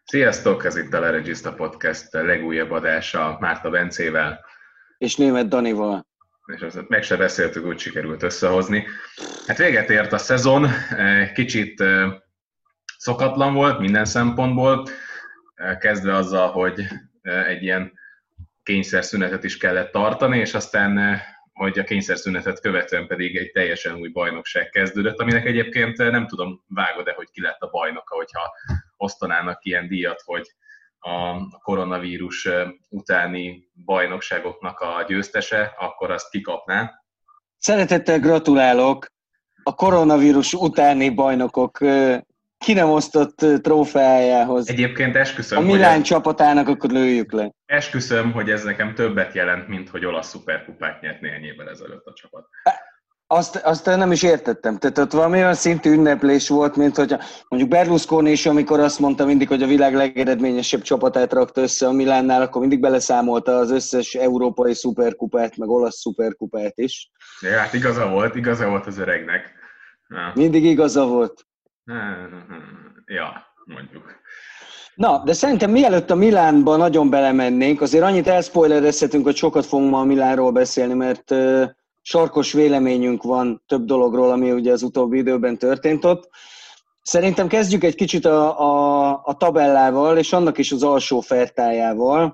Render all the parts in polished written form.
Sziasztok, ez itt a Le Regista Podcast legújabb adása Márta Bencével. És Németh Danival. És azt meg se beszéltük, úgy sikerült összehozni. Hát véget ért a szezon, kicsit szokatlan volt minden szempontból, kezdve azzal, hogy egy ilyen kényszerszünetet is kellett tartani, és aztán, hogy a kényszerszünetet követően pedig egy teljesen új bajnokság kezdődött, aminek egyébként nem tudom, vágod-e, hogy ki lett a bajnoka, hogyha osztanának ilyen díjat, hogy a koronavírus utáni bajnokságoknak a győztese, akkor azt kikapná. Szeretettel gratulálok a koronavírus utáni bajnokok ki nem osztott trófeájához. Egyébként esküszöm, a Milán csapatának akkor lőjük le. Esküszöm, hogy ez nekem többet jelent, mint hogy olasz szuperkupát nyert néhány évvel ezelőtt a csapat. Azt nem is értettem. Tehát ott valami olyan szintű ünneplés volt, mint hogy mondjuk Berlusconi is, amikor azt mondta mindig, hogy a világ legeredményesebb csapatát rakta össze a Milánnál, akkor mindig beleszámolta az összes európai szuperkupát, meg olasz szuperkupát is. Ja, hát igaza volt az öregnek. Ja. Mindig igaza volt. Ja, mondjuk. Na, de szerintem mielőtt a Milánba nagyon belemennénk, azért annyit elspoilerezhetünk, hogy sokat fogunk ma a Milánról beszélni, mert sarkos véleményünk van több dologról, ami ugye az utóbbi időben történt ott. Szerintem kezdjük egy kicsit a tabellával, és annak is az alsó fertájával.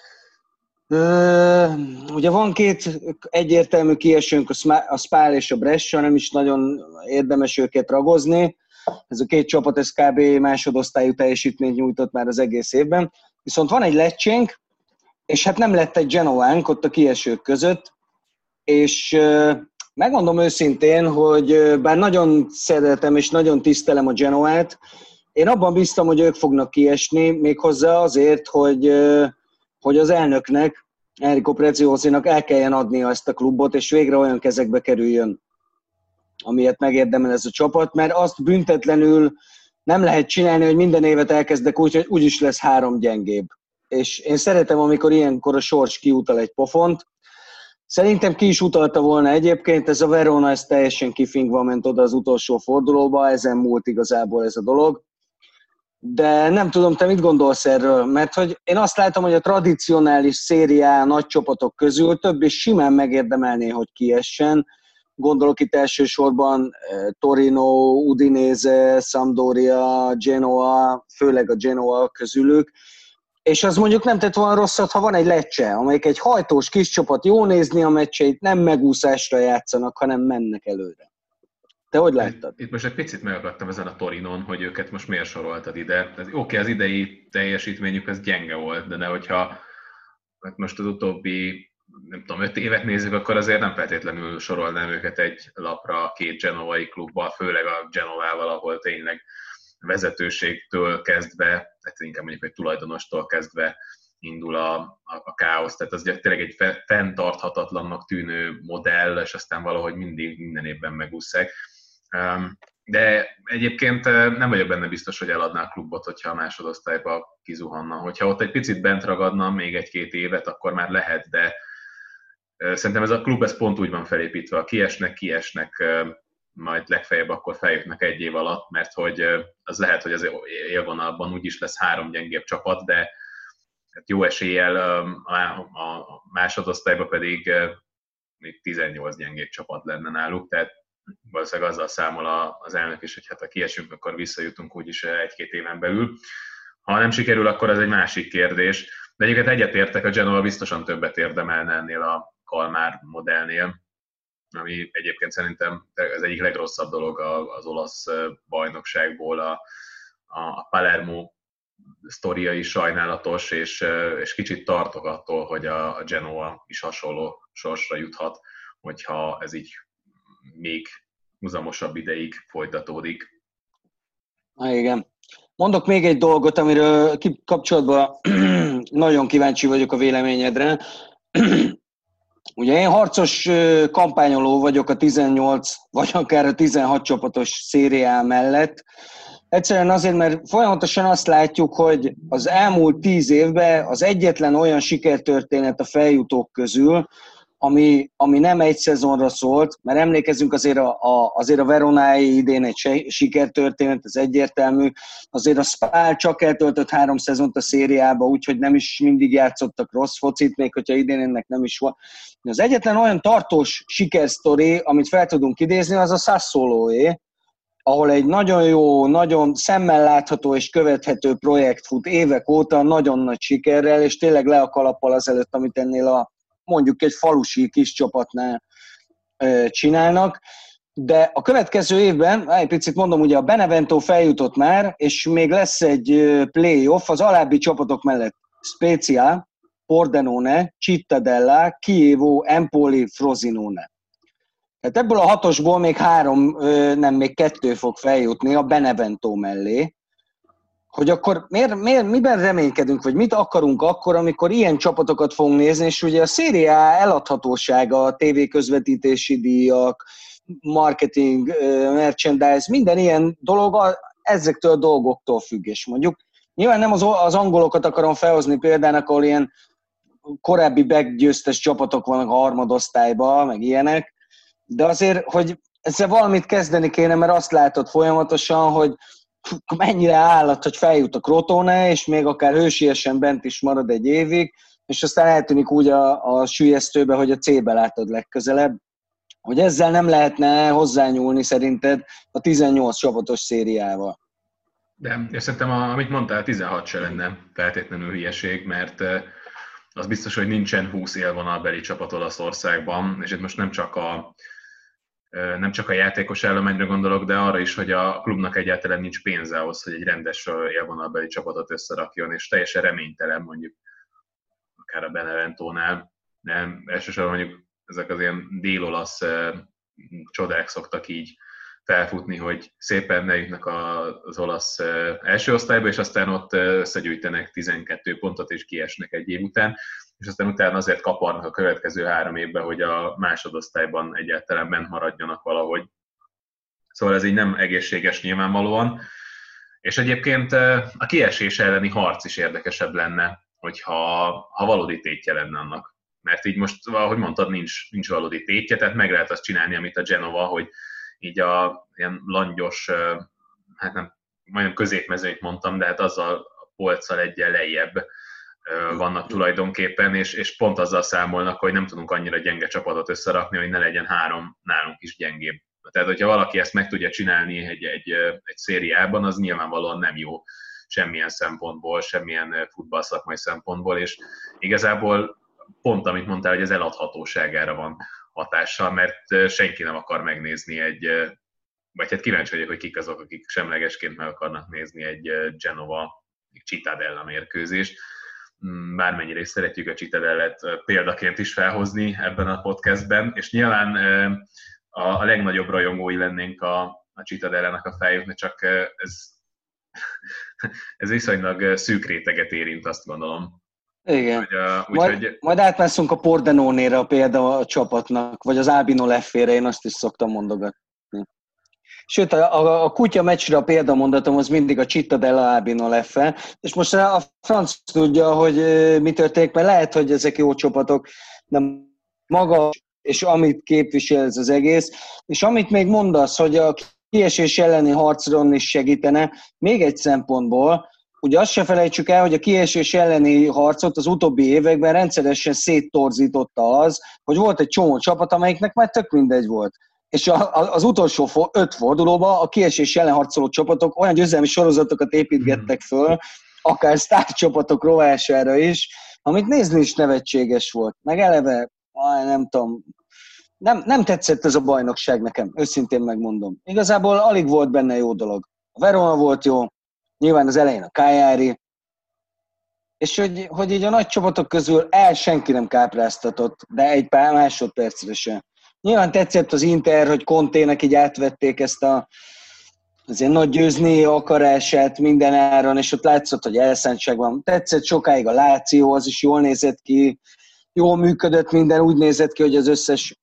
Ugye van két egyértelmű kiesőnk, a Spal és a Brescia, nem is nagyon érdemes őket ragozni. Ez a két csapat, ez kb. Másodosztályú teljesítményt nyújtott már az egész évben. Viszont van egy Lecce-nk, és hát nem lett egy Genoánk ott a kiesők között, és megmondom őszintén, hogy bár nagyon szeretem és nagyon tisztelem a Genoát, én abban bíztam, hogy ők fognak kiesni, méghozzá azért, hogy az elnöknek, Enrico Preziosinak el kelljen adnia ezt a klubot, és végre olyan kezekbe kerüljön, amilyet megérdemel ez a csapat, mert azt büntetlenül nem lehet csinálni, hogy minden évet elkezdek úgy, hogy úgyis lesz 3 gyengébb. És én szeretem, amikor ilyenkor a sors kiutal egy pofont. Szerintem ki is utalta volna egyébként, ez a Verona, ez teljesen kifingva ment oda az utolsó fordulóba, ezen múlt igazából ez a dolog. De nem tudom, te mit gondolsz erről? Mert hogy én azt látom, hogy a tradicionális Serie A nagy csapatok közül több is simán megérdemelné, hogy kiessen. Gondolok itt elsősorban Torino, Udinese, Sampdoria, Genoa, főleg a Genoa közülük. És az mondjuk nem tett volna rosszat, ha van egy Lecce, amelyik egy hajtós kis csapat, jó nézni a meccseit, nem megúszásra játszanak, hanem mennek előre. Te hogy láttad? Itt most egy picit megakadtam ezen a Torinon, hogy őket most miért soroltad ide. Oké, az idei teljesítményük az gyenge volt, de hogyha most az utóbbi, nem tudom, 5 évet nézzük, akkor azért nem feltétlenül sorolnám őket egy lapra két genovai klubban, főleg a Genovával, ahol tényleg vezetőségtől kezdve, tehát inkább mondjuk egy tulajdonostól kezdve indul a káosz, tehát az tényleg egy fenntarthatatlannak tűnő modell, és aztán valahogy mindig minden évben megúszszák. De egyébként nem vagyok benne biztos, hogy eladná a klubot, hogyha a másodosztályba kizuhanna. Hogyha ott egy picit bent ragadna még 1-2 évet, akkor már lehet, de szerintem ez a klub ez pont úgy van felépítve, kiesnek, majd legfeljebb akkor feljutnak 1 év alatt, mert hogy az lehet, hogy az élvonalban úgyis lesz 3 gyengébb csapat, de jó eséllyel a másodosztályban pedig még 18 gyengébb csapat lenne náluk, tehát valószínűleg azzal számol az elnök is, hogy hát ha kiesünk, akkor visszajutunk úgyis 1-2 éven belül. Ha nem sikerül, akkor ez egy másik kérdés. De egyébként egyetértek, a Genoa biztosan többet érdemelne ennél a Kalmár modellnél, ami egyébként szerintem az egyik legrosszabb dolog az olasz bajnokságból. A Palermo sztoria is sajnálatos, és kicsit tartok attól, hogy a Genoa is hasonló sorsra juthat, hogyha ez így még húzamosabb ideig folytatódik. Igen. Mondok még egy dolgot, amiről kapcsolatban nagyon kíváncsi vagyok a véleményedre. Ugye én harcos kampányoló vagyok a 18 vagy akár a 16 csapatos Serie A mellett. Egyszerűen azért, mert folyamatosan azt látjuk, hogy az elmúlt 10 évben az egyetlen olyan sikertörténet a feljutók közül, ami nem egy szezonra szólt, mert emlékezzünk azért a Veronái idén egy sikertörténet, ez egyértelmű, azért a Spal csak eltöltött 3 szezont a szériába, úgyhogy nem is mindig játszottak rossz focit, még hogyha idén ennek nem is volt. Az egyetlen olyan tartós sikersztori, amit fel tudunk idézni, az a Sassuoloé, ahol egy nagyon jó, nagyon szemmel látható és követhető projekt fut évek óta, nagyon nagy sikerrel, és tényleg le a kalappal azelőtt, amit ennél a mondjuk egy falusi kis csapatnál csinálnak. De a következő évben, egy picit mondom, ugye a Benevento feljutott már, és még lesz egy play-off az alábbi csapatok mellett. Spezia, Pordenone, Cittadella, Chievo, Empoli, Frosinone. Tehát ebből a 6-osból még 2 fog feljutni a Benevento mellé, hogy akkor miben reménykedünk, vagy mit akarunk akkor, amikor ilyen csapatokat fogunk nézni, és ugye a Serie A eladhatósága, a tévéközvetítési díjak, marketing, merchandise, minden ilyen dolog ezektől a dolgoktól függ, és mondjuk nyilván nem az angolokat akarom felhozni példának, ahol ilyen korábbi backgyőztes csapatok vannak a harmadosztályban, meg ilyenek, de azért, hogy ezzel valamit kezdeni kéne, mert azt látod folyamatosan, hogy mennyire állat, hogy feljut a Crotone, és még akár hősiesen bent is marad egy évig, és aztán eltűnik úgy a sülyeztőbe, hogy a C-be látod legközelebb. Hogy ezzel nem lehetne hozzányúlni szerinted a 18 csapatos szériával? De és szerintem, amit mondtál, 16 se lenne feltétlenül hülyeség, mert az biztos, hogy nincsen 20 élvonalbeli csapat Olaszországban, és itt most nem csak a játékos állományra gondolok, de arra is, hogy a klubnak egyáltalán nincs pénze ahhoz, hogy egy rendes élvonalbeli csapatot összerakjon, és teljesen reménytelen mondjuk akár a Beneventónál, de elsősorban mondjuk ezek az ilyen dél-olasz csodák szoktak így felfutni, hogy szépen eljutnak az olasz első osztályba, és aztán ott összegyűjtenek 12 pontot, és kiesnek egy év után, és aztán utána azért kaparnak a következő 3 évben, hogy a másodosztályban egyáltalán bent maradjanak valahogy. Szóval ez így nem egészséges nyilvánvalóan. És egyébként a kiesés elleni harc is érdekesebb lenne, hogyha valódi tétje lenne annak. Mert így most, ahogy mondtad, nincs valódi tétje, tehát meg lehet azt csinálni, amit a Genova, hogy így a ilyen langyos, hát nem, majdnem középmezőnyt mondtam, de hát azzal a polccal egyen lejjebb vannak tulajdonképpen, és pont azzal számolnak, hogy nem tudunk annyira gyenge csapatot összerakni, hogy ne legyen 3 nálunk is gyengébb. Tehát, hogyha valaki ezt meg tudja csinálni egy szériában, az nyilvánvalóan nem jó semmilyen szempontból, semmilyen futballszakmai szempontból, és igazából pont amit mondtál, hogy az eladhatóságára van hatással, mert senki nem akar megnézni vagy hát kíváncsi vagyok, hogy kik azok, akik semlegesként meg akarnak nézni egy Genova Cittadella mérkőzést. Bármennyire is szeretjük a Cittadellet példaként is felhozni ebben a podcastben, és nyilván a legnagyobb rajongói lennénk a Cittadellának a feljutni, csak ez viszonylag szűk réteget érint, azt gondolom. Igen. Majd átmászunk a Pordenone-re a példa a csapatnak, vagy az Albino Leffére, én azt is szoktam mondogatni. Sőt, a kutya meccsre a példamondatom az mindig a Cittadella Albino Leffe, és most a franc tudja, hogy mi történik, mert lehet, hogy ezek jó csapatok, de maga és amit képvisel ez az egész, és amit még mondasz, hogy a kiesés elleni harcron is segítene, még egy szempontból, ugye azt se felejtsük el, hogy a kiesés elleni harcot az utóbbi években rendszeresen széttorzította az, hogy volt egy csomó csapat, amelyiknek már tök mindegy volt. És az utolsó 5 fordulóban a kiesés ellen harcoló csapatok olyan győzelmi sorozatokat építgettek föl, akár sztárcsapatok rovására is, amit nézni is nevetséges volt. Meg eleve, nem tudom, nem tetszett ez a bajnokság nekem, őszintén megmondom. Igazából alig volt benne jó dolog. A Verona volt jó, nyilván az elején a Cagliari, és hogy így a nagy csapatok közül senki nem kápráztatott, de egy pár másodpercre sem. Nyilván tetszett az Inter, hogy Contének így átvették ezt az ilyen nagy győzni akarását minden áron, és ott látszott, hogy elszántság van. Tetszett sokáig a Lazio, az is jól nézett ki, jól működött minden, úgy nézett ki, hogy az összes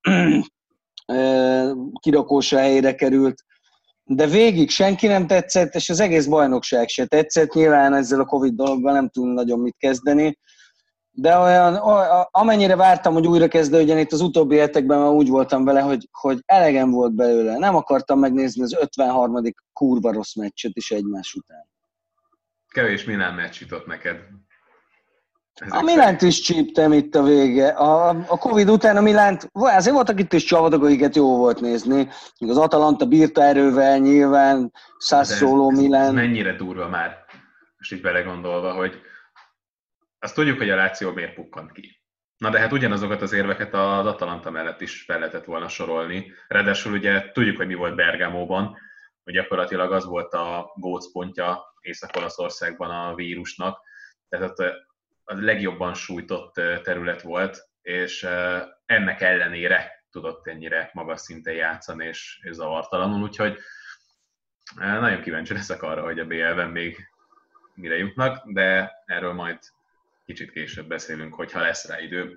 kirakósa helyére került. De végig senki nem tetszett, és az egész bajnokság se tetszett. Nyilván ezzel a Covid dologgal nem tudunk nagyon mit kezdeni. De amennyire vártam, hogy újra kezdődjön, itt az utóbbi hetekben már úgy voltam vele, hogy elegem volt belőle. Nem akartam megnézni az 53. kurva rossz meccset is egymás után. Kevés Milán meccs jutott neked. A Milánt is csíptem itt a vége. A Covid után a Milánt, azért voltak itt is csapatok, akiket jó volt nézni. Az Atalanta bírta erővel nyilván, Sassuolo, Milán. Ez mennyire durva már, most így belegondolva, hogy azt tudjuk, hogy a Lazio miért pukkant ki. Na de hát ugyanazokat az érveket az Atalanta mellett is fel lehetett volna sorolni. Ráadásul ugye tudjuk, hogy mi volt Bergamóban, hogy gyakorlatilag az volt a gócpontja Észak-Olaszországban a vírusnak. Tehát ott a legjobban sújtott terület volt, és ennek ellenére tudott ennyire magas szinten játszani és zavartalanul, úgyhogy nagyon kíváncsi leszek arra, hogy a BL-ben még mire jutnak, de erről majd kicsit később beszélünk, hogyha lesz rá idő.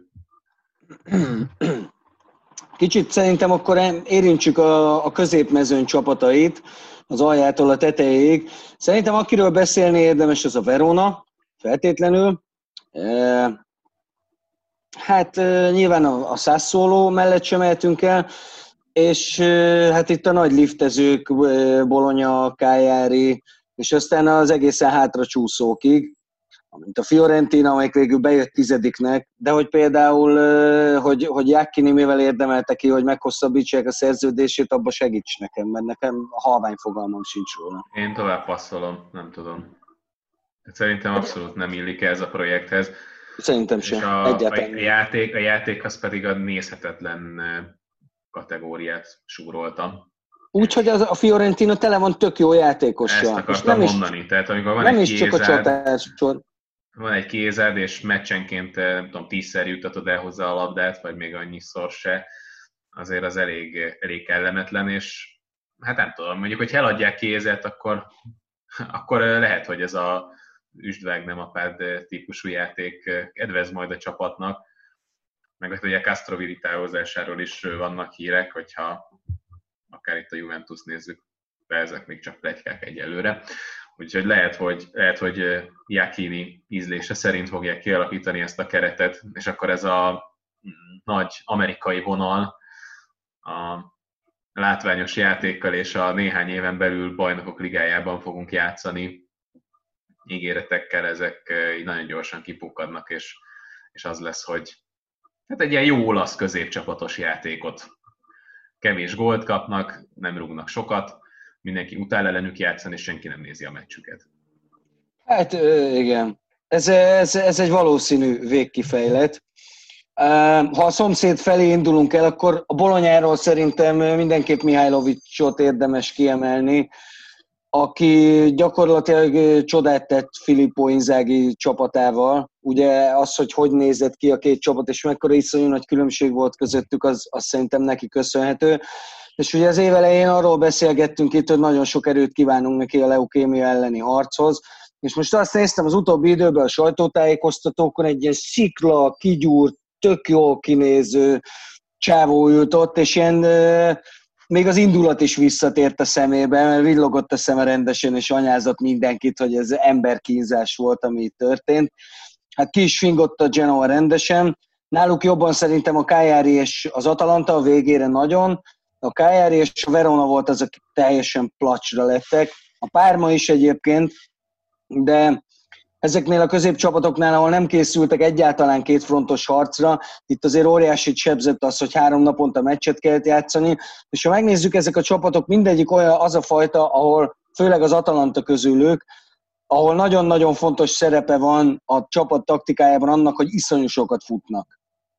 Kicsit szerintem akkor érintsük a középmezőny csapatait, az aljától a tetejéig. Szerintem akiről beszélni érdemes, az a Verona, feltétlenül. Hát nyilván a Sassuolo mellett sem mehetünk el, és hát itt a nagy liftezők, Bologna, Cagliari, és aztán az egészen hátra csúszókig, mint a Fiorentina, amelyik végül bejött 10-nek, de hogy például, hogy Jacchini mivel érdemelte ki, hogy meghosszabbítsák a szerződését, abba segíts nekem, mert nekem halvány fogalmam sincs róla. Én tovább passzolom, nem tudom. Szerintem abszolút nem illik ez a projekthez. Szerintem sem, egyáltalán. A játék az pedig a nézhetetlen kategóriát súroltam. Úgyhogy a Fiorentina tele van tök jó játékossal. Ezt akartam mondani. Tehát amikor van nem egy is csak a csatárcsor. Van egy kézed, és meccsenként, nem tudom, 10-szer juttatod el hozzá a labdát, vagy még annyiszor se, azért az elég kellemetlen, és hát nem tudom, mondjuk, hogy eladják kézet, akkor lehet, hogy ez a üstvág nem apád típusú játék kedvez majd a csapatnak, meg hogy a Castrovilli távozásáról is vannak hírek, hogyha akár itt a Juventus nézzük, de ezek még csak pletykák egyelőre. Úgyhogy lehet, hogy Jacchini ízlése szerint fogják kialakítani ezt a keretet, és akkor ez a nagy amerikai vonal a látványos játékkal és a néhány éven belül bajnokok ligájában fogunk játszani ígéretekkel, ezek nagyon gyorsan kipukkadnak, és az lesz, hogy hát egy ilyen jó olasz középcsapatos játékot. Kevés gólt kapnak, nem rúgnak sokat, mindenki utál ellenük játszani, és senki nem nézi a meccsüket. Hát igen, ez egy valószínű végkifejlet. Ha a szomszéd felé indulunk el, akkor a Bolonyáról szerintem mindenképp Mihajlovicsot érdemes kiemelni, aki gyakorlatilag csodát tett Filippo Inzaghi csapatával. Ugye az, hogy nézett ki a két csapat, és mekkora iszonyú nagy különbség volt közöttük, az szerintem neki köszönhető. És ugye az év elején arról beszélgettünk itt, hogy nagyon sok erőt kívánunk neki a leukémia elleni harchoz. És most azt néztem az utóbbi időben a sajtótájékoztatókon, egy ilyen szikla, kigyúrt, tök jól kinéző csávó ült ott, és ilyen még az indulat is visszatért a szemébe, mert villogott a szeme rendesen, és anyázott mindenkit, hogy ez emberkínzás volt, ami itt történt. Hát ki is fingott a Genoa rendesen. Náluk jobban szerintem a Cagliari és az Atalanta a végére nagyon. A Cagliari és a Verona volt az, akik teljesen placsra lettek. A Parma is egyébként, de ezeknél a középcsapatoknál, ahol nem készültek egyáltalán kétfrontos harcra, itt azért óriásit sebzett az, hogy 3 naponta meccset kellett játszani, és ha megnézzük, ezek a csapatok mindegyik olyan az a fajta, ahol főleg az Atalanta közülük, ahol nagyon-nagyon fontos szerepe van a csapat taktikájában annak, hogy iszonyú sokat futnak.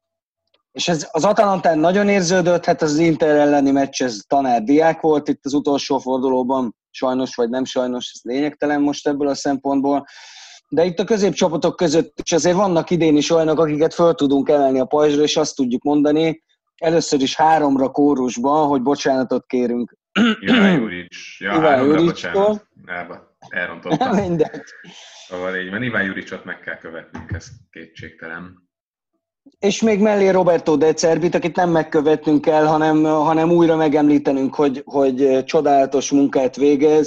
És ez az Atalantán nagyon érződött, hát az Inter elleni meccs, ez tanár-diák volt itt az utolsó fordulóban, sajnos vagy nem sajnos, ez lényegtelen most ebből a szempontból. De itt a középcsapatok között is azért vannak idén is olyanok, akiket föl tudunk emelni a pajzsra, és azt tudjuk mondani, először is 3-ra kórusban, hogy bocsánatot kérünk. Iván Jurics. Ja, Iván Jurics-tól. Elrontottam. Mindegy. Szóval így van, Iván Juricsot meg kell követnünk, ez kétségtelen. És még mellé Roberto De Zerbit, akit nem megkövetnünk kell, hanem újra megemlítenünk, hogy csodálatos munkát végez.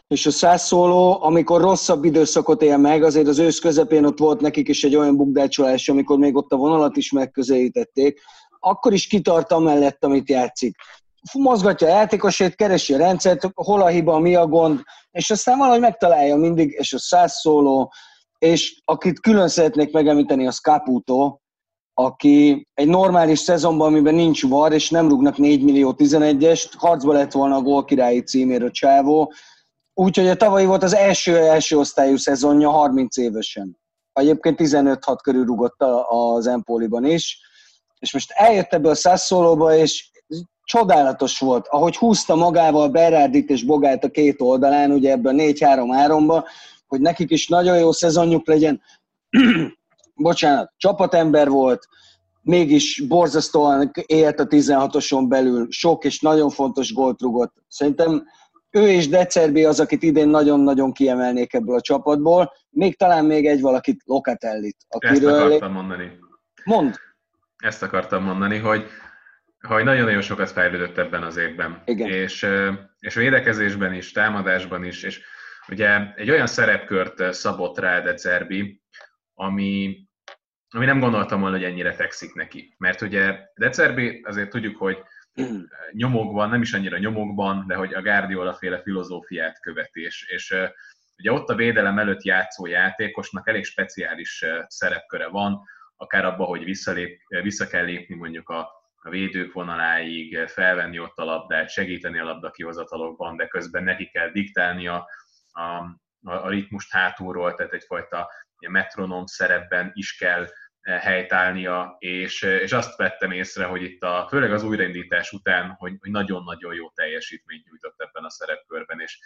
és a Sassuolo, amikor rosszabb időszakot él meg, azért az ősz közepén ott volt nekik is egy olyan bukdácsolás, amikor még ott a vonalat is megközelítették, akkor is kitart amellett, amit játszik. Mozgatja a játékosét, keresi a rendszert, hol a hiba, mi a gond, és aztán valahogy megtalálja mindig, és a Sassuolo, és akit külön szeretnék megemlíteni, az Caputo, aki egy normális szezonban, amiben nincs VAR, és nem rúgnak 4 millió 11-est, harcba lett volna a gólkirályi címéről Csávó, úgyhogy a tavalyi volt az első osztályú szezonja 30 évesen. Egyébként 15-6 körül rúgott az Empoliban is, és most eljött ebbe a Sassuolóba, és csodálatos volt, ahogy húzta magával Berardit és Bogát a két oldalán, ugye ebben a 4-3-3-ba, hogy nekik is nagyon jó szezonjuk legyen. Bocsánat, csapatember volt, mégis borzasztóan élt a 16-oson belül, sok és nagyon fontos gólt rúgott. Szerintem ő és De Zerbi az, akit idén nagyon-nagyon kiemelnék ebből a csapatból, talán még valakit, Locatellit. Ezt akartam mondani. Mondd! Ezt akartam mondani, hogy nagyon-nagyon sokat fejlődött ebben az évben. Igen. És védekezésben is, támadásban is, és ugye egy olyan szerepkört szabott rá De Zerbi, ami nem gondoltam volna, hogy ennyire fekszik neki. Mert ugye De Zerbi, azért tudjuk, hogy nyomokban, nem is annyira nyomokban, de hogy a Guardiola-féle filozófiát követés. És ugye ott a védelem előtt játszó játékosnak elég speciális szerepköre van, akár abban, hogy vissza kell lépni mondjuk a védők vonaláig, felvenni ott a labdát, segíteni a labda kihozatalokban, de közben neki kell diktálni a ritmust hátulról, tehát egyfajta metronóm szerepben is kell helytállnia, és azt vettem észre, hogy itt főleg az újraindítás után, hogy nagyon-nagyon jó teljesítményt nyújtott ebben a szerepkörben, és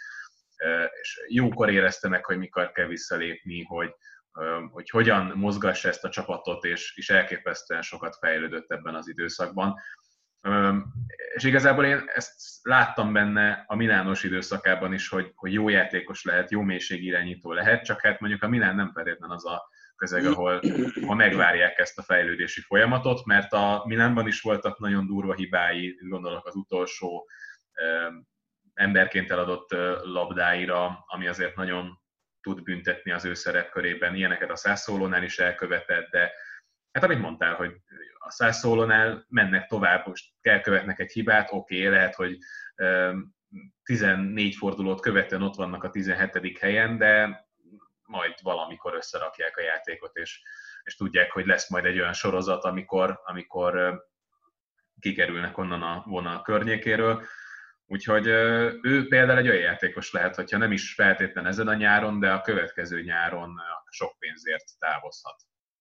jókor érezte meg, hogy mikor kell visszalépni, hogy hogyan mozgassa ezt a csapatot, és elképesztően sokat fejlődött ebben az időszakban. És igazából én ezt láttam benne a Milános időszakában is, hogy jó játékos lehet, jó mélységirányító lehet, csak hát mondjuk a Milán nem feltétlenül az a közeg, ahol megvárják ezt a fejlődési folyamatot, mert a Milánban is voltak nagyon durva hibái, gondolok az utolsó emberként eladott labdáira, ami azért nagyon tud büntetni az ő szerepkörében. Ilyeneket a Sassuolónál is elkövetett, de hát amit mondtál, hogy a Sassuolónál mennek tovább, most elkövetnek egy hibát, oké, lehet, hogy 14 fordulót követően ott vannak a 17. helyen, de majd valamikor összerakják a játékot, és tudják, hogy lesz majd egy olyan sorozat, amikor kikerülnek onnan a vonal környékéről. Úgyhogy ő például egy olyan játékos lehet, hogyha nem is feltétlen ezen a nyáron, de a következő nyáron sok pénzért távozhat.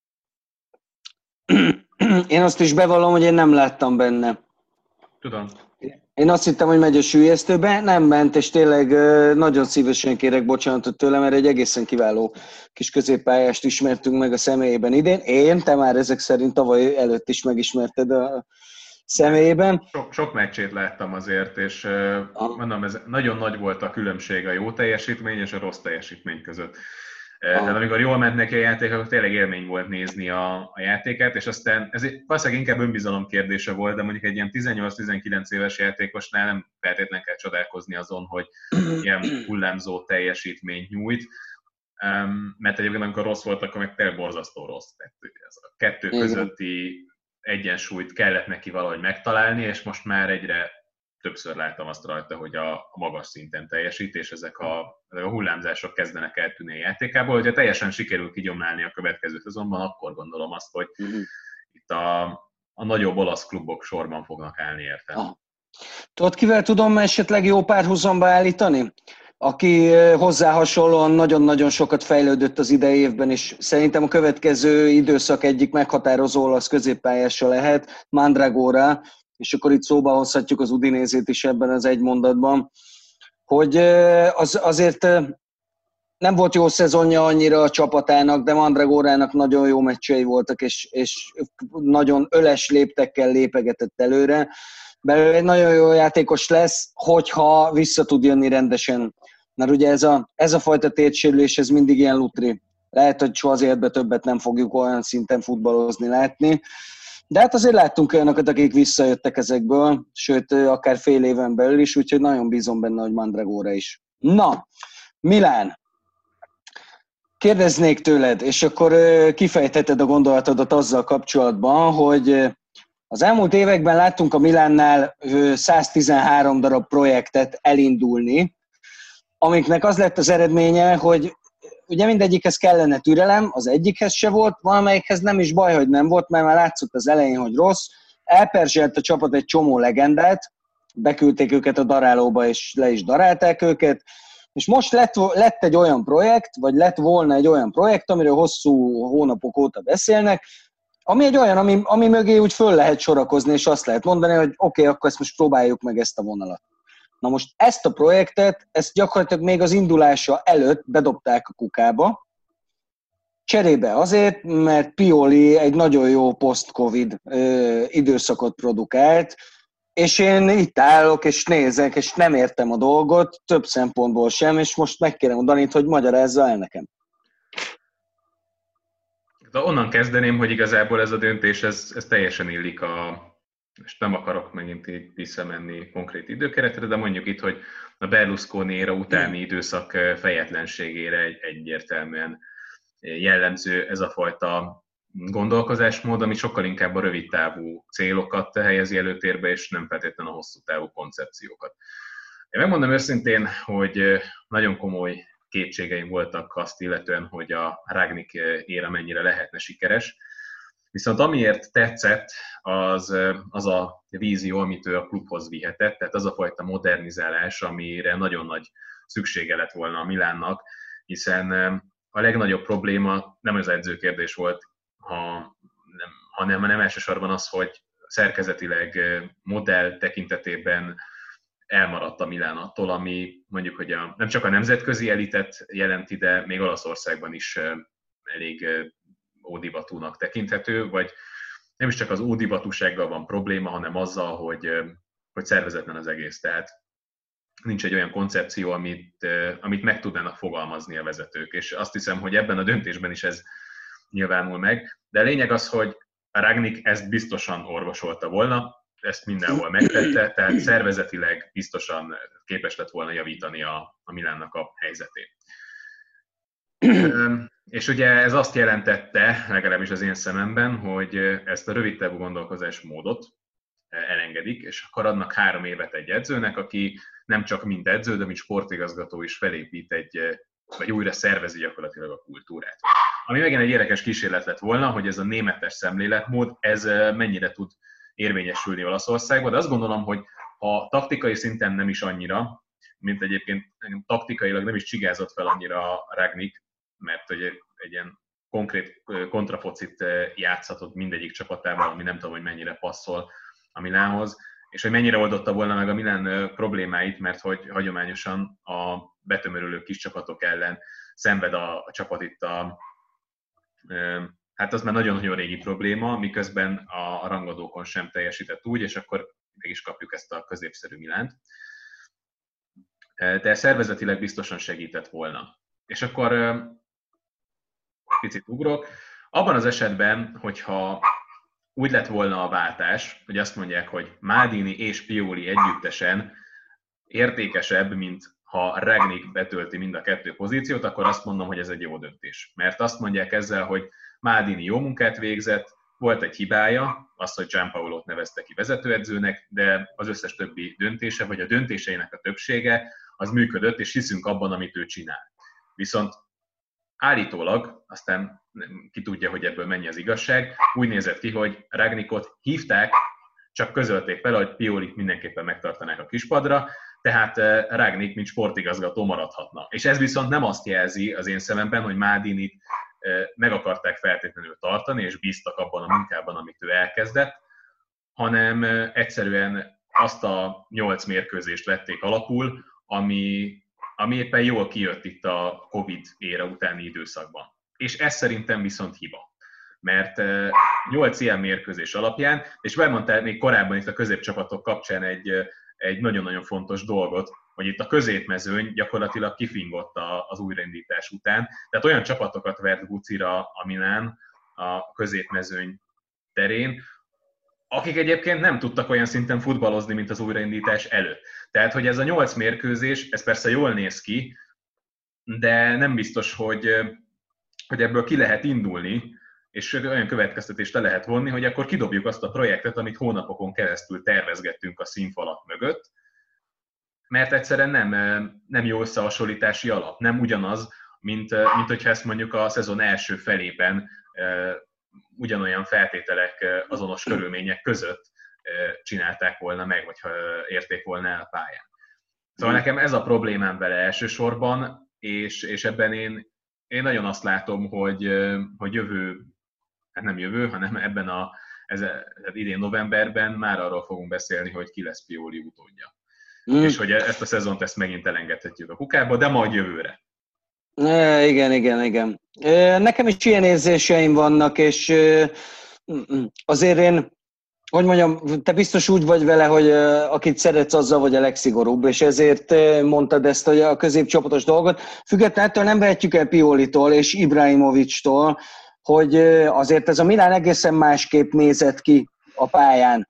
Én azt is bevallom, hogy én nem láttam benne. Tudom. Én azt hittem, hogy megy a süllyesztőbe, nem ment, és tényleg nagyon szívesen kérek bocsánatot tőle, mert egy egészen kiváló kis középpályást ismertünk meg a személyében idén. Te már ezek szerint tavaly előtt is megismerted a személyében. Sok meccsét láttam azért, és mondom, ez nagyon nagy volt a különbség a jó teljesítmény és a rossz teljesítmény között. Tehát amikor jól ment neki a játék, akkor tényleg élmény volt nézni a játékát, és aztán ez valószínűleg inkább önbizalom kérdése volt, de mondjuk egy ilyen 18-19 éves játékosnál nem feltétlenül kell csodálkozni azon, hogy ilyen hullámzó teljesítményt nyújt, mert egyébként amikor rossz volt, akkor meg tényleg borzasztó rossz. Tehát ez a kettő közötti egyensúlyt kellett neki valahogy megtalálni, és most már egyre többször láttam azt rajta, hogy a magas szinten teljesít, és ezek a hullámzások kezdenek eltűnni a játékából. Hogyha teljesen sikerül kigyomlálni a következő szezonban, akkor gondolom azt, hogy itt a nagyobb olasz klubok sorban fognak állni érte. Tudod, kivel tudom esetleg jó párhuzamba állítani? Aki hozzá hasonlóan nagyon-nagyon sokat fejlődött az idei évben, és szerintem a következő időszak egyik meghatározó olasz középpályása lehet, Mandragora, és akkor itt szóba hozhatjuk az Udinézét is ebben az egy mondatban, hogy azért nem volt jó szezonja annyira a csapatának, de Mandragorának nagyon jó meccsei voltak, és nagyon öles léptekkel lépegetett előre. Belőle egy nagyon jó játékos lesz, hogyha vissza tud jönni rendesen. Mert ugye ez a fajta térsérülés, ez mindig ilyen lutri. Lehet, hogy soha az életben többet nem fogjuk olyan szinten futballozni látni. De hát azért láttunk olyanokat, akik visszajöttek ezekből, sőt, akár fél éven belül is, úgyhogy nagyon bízom benne, hogy Mandragora is. Na, Milán. Kérdeznék tőled, és akkor kifejtheted a gondolatodat azzal kapcsolatban, hogy az elmúlt években láttunk a Milánnál 113 darab projektet elindulni, amiknek az lett az eredménye, hogy ugye mindegyikhez kellene türelem, az egyikhez se volt, valamelyikhez nem is baj, hogy nem volt, mert már látszott az elején, hogy rossz. Elperzselt a csapat egy csomó legendát, beküldték őket a darálóba, és le is darálták őket, és most lett egy olyan projekt, vagy lett volna egy olyan projekt, amiről hosszú hónapok óta beszélnek, ami egy olyan, ami mögé úgy föl lehet sorakozni, és azt lehet mondani, hogy oké, akkor ezt most próbáljuk meg ezt a vonalat. Na most ezt a projektet, ezt gyakorlatilag még az indulása előtt bedobták a kukába, cserébe azért, mert Pioli egy nagyon jó post-covid időszakot produkált, és én itt állok, és nézek, és nem értem a dolgot, több szempontból sem, és most megkérem a Danit, hogy magyarázza el nekem. De onnan kezdeném, hogy igazából ez a döntés, ez teljesen illik és nem akarok megint így visszamenni konkrét időkeretre, de mondjuk itt, hogy a Berlusconi éra utáni időszak fejetlenségére egyértelműen jellemző ez a fajta gondolkozásmód, ami sokkal inkább a rövidtávú célokat helyezi előtérbe, és nem feltétlenül a hosszú távú koncepciókat. Én megmondom őszintén, hogy nagyon komoly kétségeim voltak azt illetően, hogy a Rangnick éra mennyire lehetne sikeres. Viszont amiért tetszett, az a vízió, amit ő a klubhoz vihetett, tehát az a fajta modernizálás, amire nagyon nagy szüksége lett volna a Milánnak, hiszen a legnagyobb probléma nem az edzőkérdés volt, hanem elsősorban az, hogy szerkezetileg modell tekintetében elmaradt a Milán attól, ami mondjuk, hogy nem csak a nemzetközi elitet jelenti, de még Olaszországban is elég ódivatúnak tekinthető, vagy nem is csak az ódivatúsággal van probléma, hanem azzal, hogy szervezetlen az egész. Tehát nincs egy olyan koncepció, amit meg tudnának fogalmazni a vezetők. És azt hiszem, hogy ebben a döntésben is ez nyilvánul meg. De a lényeg az, hogy a Rangnick ezt biztosan orvosolta volna, ezt mindenhol megtette, tehát szervezetileg biztosan képes lett volna javítani a Milánnak a helyzetét. És ugye ez azt jelentette, legalábbis az én szememben, hogy ezt a rövidtávú gondolkozásmódot elengedik, és akkor adnak 3 évet egy edzőnek, aki nem csak mint edző, de mint sportigazgató is felépít vagy újra szervezi gyakorlatilag a kultúrát. Ami megint egy érdekes kísérlet lett volna, hogy ez a németes szemléletmód, ez mennyire tud érvényesülni Olaszországban, de azt gondolom, hogy ha taktikai szinten nem is annyira, mint egyébként taktikailag nem is csigázott fel annyira a Rangnick, mert hogy egy ilyen konkrét kontrafocit játszhatott mindegyik csapatával, ami nem tudom, hogy mennyire passzol a Milánhoz, és hogy mennyire oldotta volna meg a Milán problémáit, mert hogy hagyományosan a betömörülő kis csapatok ellen szenved a csapat itt hát az már nagyon-nagyon régi probléma, miközben a rangadókon sem teljesített úgy, és akkor meg is kapjuk ezt a középszerű Milánt. De szervezetileg biztosan segített volna. És akkor picit ugrok. Abban az esetben, hogyha úgy lett volna a váltás, hogy azt mondják, hogy Maldini és Pioli együttesen értékesebb, mint ha Rangnick betölti mind a 2 pozíciót, akkor azt mondom, hogy ez egy jó döntés. Mert azt mondják ezzel, hogy Maldini jó munkát végzett, volt egy hibája, az, hogy Gianpaolót nevezte ki vezetőedzőnek, de az összes többi döntése, vagy a döntéseinek a többsége, az működött, és hiszünk abban, amit ő csinál. Viszont állítólag, aztán ki tudja, hogy ebből mennyi az igazság, úgy nézett ki, hogy Rangnickot hívták, csak közölték vele, hogy Piolit mindenképpen megtartanák a kispadra, tehát Rangnick, mint sportigazgató maradhatna. És ez viszont nem azt jelzi az én szememben, hogy Maldinit meg akarták feltétlenül tartani, és bíztak abban a munkában, amit ő elkezdett, hanem egyszerűen azt a 8 mérkőzést vették alapul, ami éppen jól kijött itt a Covid éra utáni időszakban. És ez szerintem viszont hiba. Mert 8 ilyen mérkőzés alapján, és bemondtál még korábban itt a középcsapatok kapcsán egy nagyon-nagyon fontos dolgot, hogy itt a középmezőny gyakorlatilag kifingott az újraindítás után. Tehát olyan csapatokat vert gucira a Milán a középmezőny terén, akik egyébként nem tudtak olyan szinten futballozni, mint az újraindítás előtt. Tehát, hogy ez a 8 mérkőzés, ez persze jól néz ki, de nem biztos, hogy ebből ki lehet indulni, és olyan következtetést le lehet vonni, hogy akkor kidobjuk azt a projektet, amit hónapokon keresztül tervezgettünk a színfalak mögött, mert egyszerűen nem jó összehasonlítási alap, nem ugyanaz, mint hogyha ezt mondjuk a szezon első felében ugyanolyan feltételek, azonos körülmények között csinálták volna meg, vagy ha érték volna el a pályán. Szóval nekem ez a problémám vele elsősorban, és ebben én nagyon azt látom, hogy nem jövő, hanem idén novemberben már arról fogunk beszélni, hogy ki lesz Pioli utódja. És hogy ezt a szezont megint elengedhetjük a kukába, de majd jövőre. Igen. Nekem is ilyen érzéseim vannak, és azért én, hogy mondjam, te biztos úgy vagy vele, hogy akit szeretsz, azzal vagy a legszigorúbb, és ezért mondtad ezt a középcsapatos dolgot. Függetlenül ettől nem vehetjük el Piolitól és Ibrahimovicstól, hogy azért ez a Milán egészen másképp nézett ki a pályán.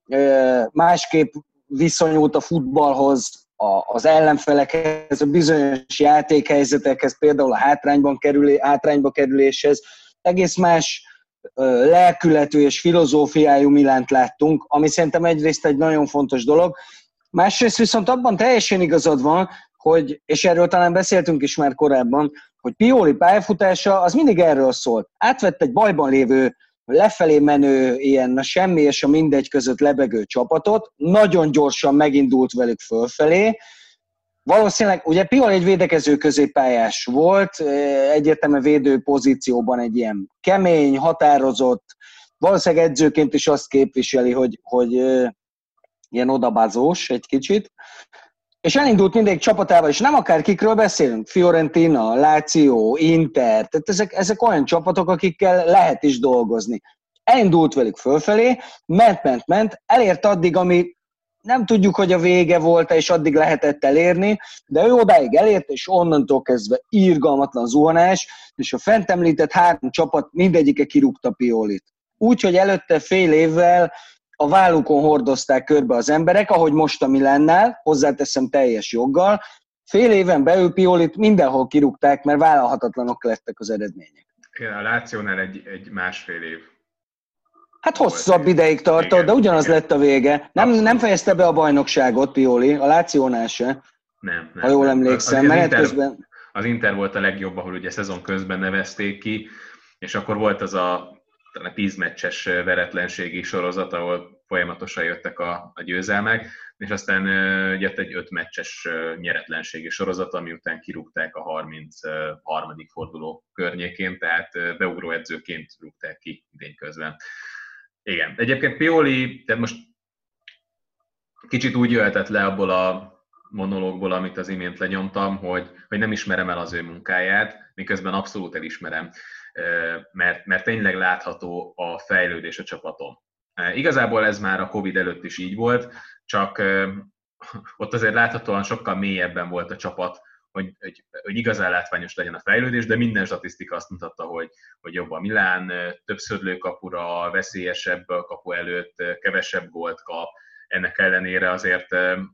Másképp viszonyult a futballhoz, az ellenfelekhez, a bizonyos játékhelyzetekhez, például a hátrányba kerüléshez. Egész más lelkületű és filozófiájú Milánt láttunk, ami szerintem egyrészt egy nagyon fontos dolog. Másrészt viszont abban teljesen igazad van, hogy, és erről talán beszéltünk is már korábban, hogy Pioli pályafutása az mindig erről szólt. Átvett egy bajban lévő, lefelé menő, ilyen a semmi és a mindegy között lebegő csapatot, nagyon gyorsan megindult velük fölfelé. Valószínűleg, ugye Pioli egy védekező középpályás volt, egyértelműen védő pozícióban egy ilyen kemény, határozott, valószínűleg edzőként is azt képviseli, hogy ilyen odabázós egy kicsit. És elindult mindegy csapatával, és nem akár kikről beszélünk, Fiorentina, Lazio, Inter, tehát ezek olyan csapatok, akikkel lehet is dolgozni. Elindult velük fölfelé, ment, elért addig, ami nem tudjuk, hogy a vége volt, és addig lehetett elérni, de ő odáig elért, és onnantól kezdve irgalmatlan zuhanás, és a fent említett 3 csapat mindegyike kirúgta Piolit. Úgyhogy előtte fél évvel a vállukon hordozták körbe az emberek, ahogy most a Milánnál, hozzáteszem teljes joggal, fél éven belül Piolit mindenhol kirúgták, mert vállalhatatlanok lettek az eredmények. Igen, a Lációnál egy másfél év. Hát hosszabb ideig tartott, de ugyanaz lett a vége. Nem fejezte be a bajnokságot Pioli, a Lációnál se. Nem. Ha jól emlékszem. Az Inter volt a legjobb, ahol ugye szezon közben nevezték ki, és akkor volt az a 10 meccses veretlenségi sorozat, ahol folyamatosan jöttek a győzelmek, és aztán jött egy 5 meccses nyeretlenségi sorozat, ami után kirúgták a 33. forduló környékén, tehát beugró edzőként rúgták ki idén közben. Igen, egyébként Pioli, tehát most kicsit úgy jöhetett le abból a monológból, amit az imént lenyomtam, hogy nem ismerem el az ő munkáját, miközben abszolút elismerem, mert tényleg látható a fejlődés a csapaton. Igazából ez már a Covid előtt is így volt, csak ott azért láthatóan sokkal mélyebben volt a csapat, hogy igazán látványos legyen a fejlődés, de minden statisztika azt mutatta, hogy jobb a Milán, több szödlőkapura, veszélyesebb a kapu előtt, kevesebb gólt kap, ennek ellenére azért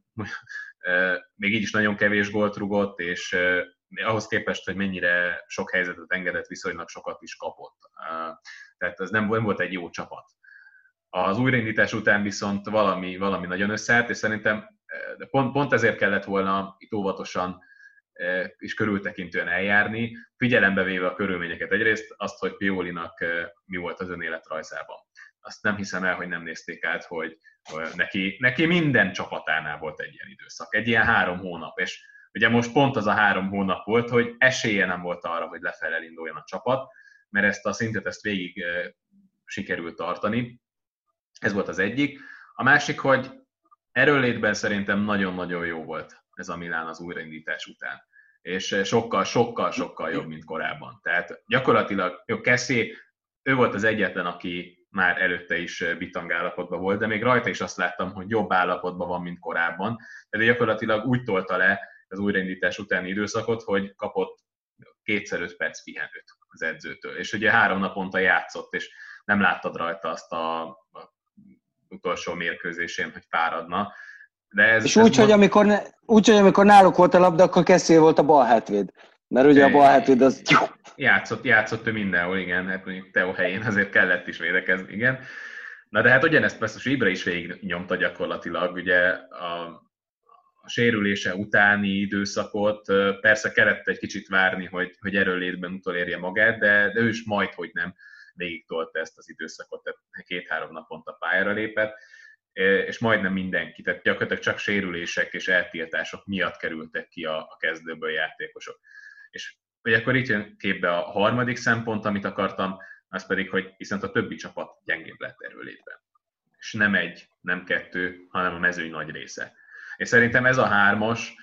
még így is nagyon kevés gólt rugott, és ahhoz képest, hogy mennyire sok helyzetet engedett, viszonylag sokat is kapott. Tehát ez nem volt egy jó csapat. Az újraindítás után viszont valami nagyon összeállt, és szerintem pont ezért kellett volna itt óvatosan és körültekintően eljárni, figyelembe véve a körülményeket. Egyrészt azt, hogy Piolinak mi volt az önéletrajzában. Azt nem hiszem el, hogy nem nézték át, hogy neki minden csapatánál volt egy ilyen időszak, egy ilyen 3 hónap, és ugye most pont az a 3 hónap volt, hogy esélye nem volt arra, hogy lefelé elinduljon a csapat, mert ezt a szintet végig sikerült tartani. Ez volt az egyik. A másik, hogy erőnlétben szerintem nagyon-nagyon jó volt ez a Milán az újraindítás után. És sokkal jobb, mint korábban. Tehát gyakorlatilag Kessie, ő volt az egyetlen, aki már előtte is bitang állapotban volt, de még rajta is azt láttam, hogy jobb állapotban van, mint korábban. Tehát gyakorlatilag úgy tolta le az újraindítás utáni időszakot, hogy kapott 2x5 perc pihenőt az edzőtől. És ugye 3 naponta játszott, és nem láttad rajta azt a utolsó mérkőzésén, hogy fáradna. De és úgy, hogy amikor náluk volt a labda, akkor Kessie volt a bal hátvéd. Mert ugye a bal hátvéd az... Játszott ő mindenhol, igen, hát mondjuk Theo helyén azért kellett is védekezni, igen. Na de hát ugyanezt persze Ibra is végig nyomta gyakorlatilag, ugye a sérülése utáni időszakot, persze kellett egy kicsit várni, hogy erőlétben utolérje magát, de ő is majdhogy nem végig tolta ezt az időszakot, tehát 2-3 naponta pályára lépett, és majdnem mindenki, tehát gyakorlatilag csak sérülések és eltiltások miatt kerültek ki a kezdőből játékosok. És hogy akkor itt jön képbe a harmadik szempont, amit akartam, az pedig, hogy viszont a többi csapat gyengébb lett erőlétben. És nem egy, nem kettő, hanem a mezőny nagy része. És szerintem ez a hármas,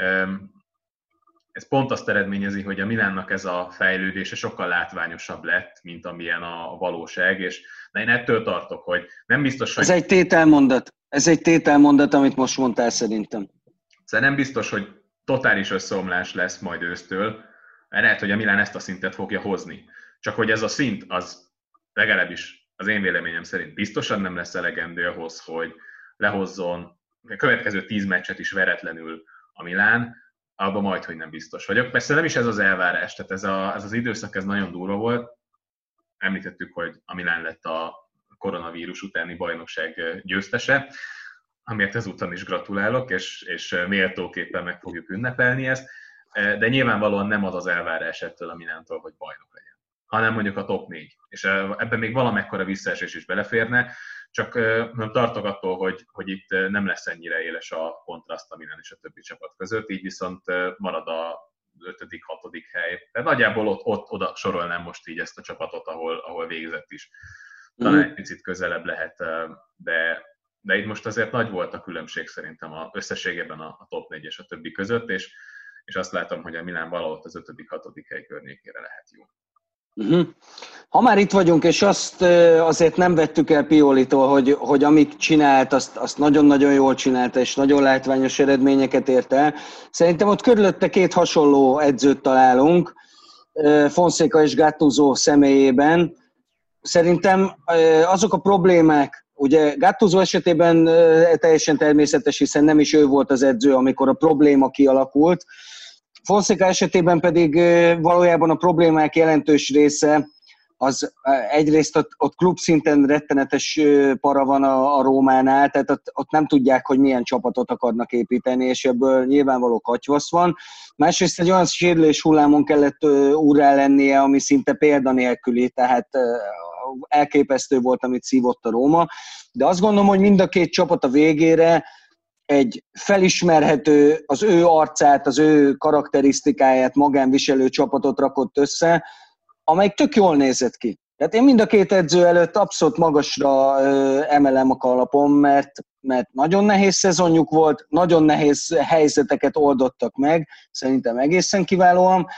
ez pont azt eredményezi, hogy a Milánnak ez a fejlődése sokkal látványosabb lett, mint amilyen a valóság, és én ettől tartok, hogy nem biztos, hogy... Ez egy tételmondat, amit most mondtál szerintem. Szóval nem biztos, hogy totális összeomlás lesz majd ősztől, mert lehet, hogy a Milán ezt a szintet fogja hozni. Csak hogy ez a szint, az legalábbis az én véleményem szerint biztosan nem lesz elegendő ahhoz, hogy lehozzon a következő 10 meccset is veretlenül a Milán, abban majd, hogy nem biztos vagyok. Persze nem is ez az elvárás, tehát ez az időszak ez nagyon durva volt. Említettük, hogy a Milán lett a koronavírus utáni bajnokság győztese, amiért ezúttal is gratulálok, és méltóképpen meg fogjuk ünnepelni ezt, de nyilvánvalóan nem az az elvárás ettől a Milántól, hogy bajnok legyen, hanem mondjuk a top 4. És ebben még valamekkora visszaesés is beleférne, csak nem tartok attól, hogy itt nem lesz ennyire éles a kontraszt a Milán és a többi csapat között, így viszont marad a 5.-6. hely. Tehát nagyjából ott oda sorolnám most így ezt a csapatot, ahol végzett is. Talán egy picit közelebb lehet, de itt most azért nagy volt a különbség szerintem összességében a top 4 és a többi között, és azt látom, hogy a Milán valahol az 5.-6. hely környékére lehet jó. Ha már itt vagyunk, és azt azért nem vettük el Piolitól, hogy amit csinált, azt nagyon-nagyon jól csinálta, és nagyon látványos eredményeket ért el. Szerintem ott körülötte 2 hasonló edzőt találunk, Fonseca és Gattuso személyében. Szerintem azok a problémák, ugye Gattuso esetében teljesen természetes, hiszen nem is ő volt az edző, amikor a probléma kialakult. Fonseca esetében pedig valójában a problémák jelentős része, az egyrészt ott klubszinten rettenetes para van a Rómánál, tehát ott nem tudják, hogy milyen csapatot akarnak építeni, és ebből nyilvánvaló katyvasz van. Másrészt egy olyan sérülés hullámon kellett úrrá lennie, ami szinte példanélküli, tehát elképesztő volt, amit szívott a Róma. De azt gondolom, hogy mind a 2 csapat a végére egy felismerhető, az ő arcát, az ő karakterisztikáját magánviselő csapatot rakott össze, amely tök jól nézett ki. Tehát én mind a 2 edző előtt abszolút magasra emelem a kalapom, mert nagyon nehéz szezonjuk volt, nagyon nehéz helyzeteket oldottak meg, szerintem egészen kiválóan.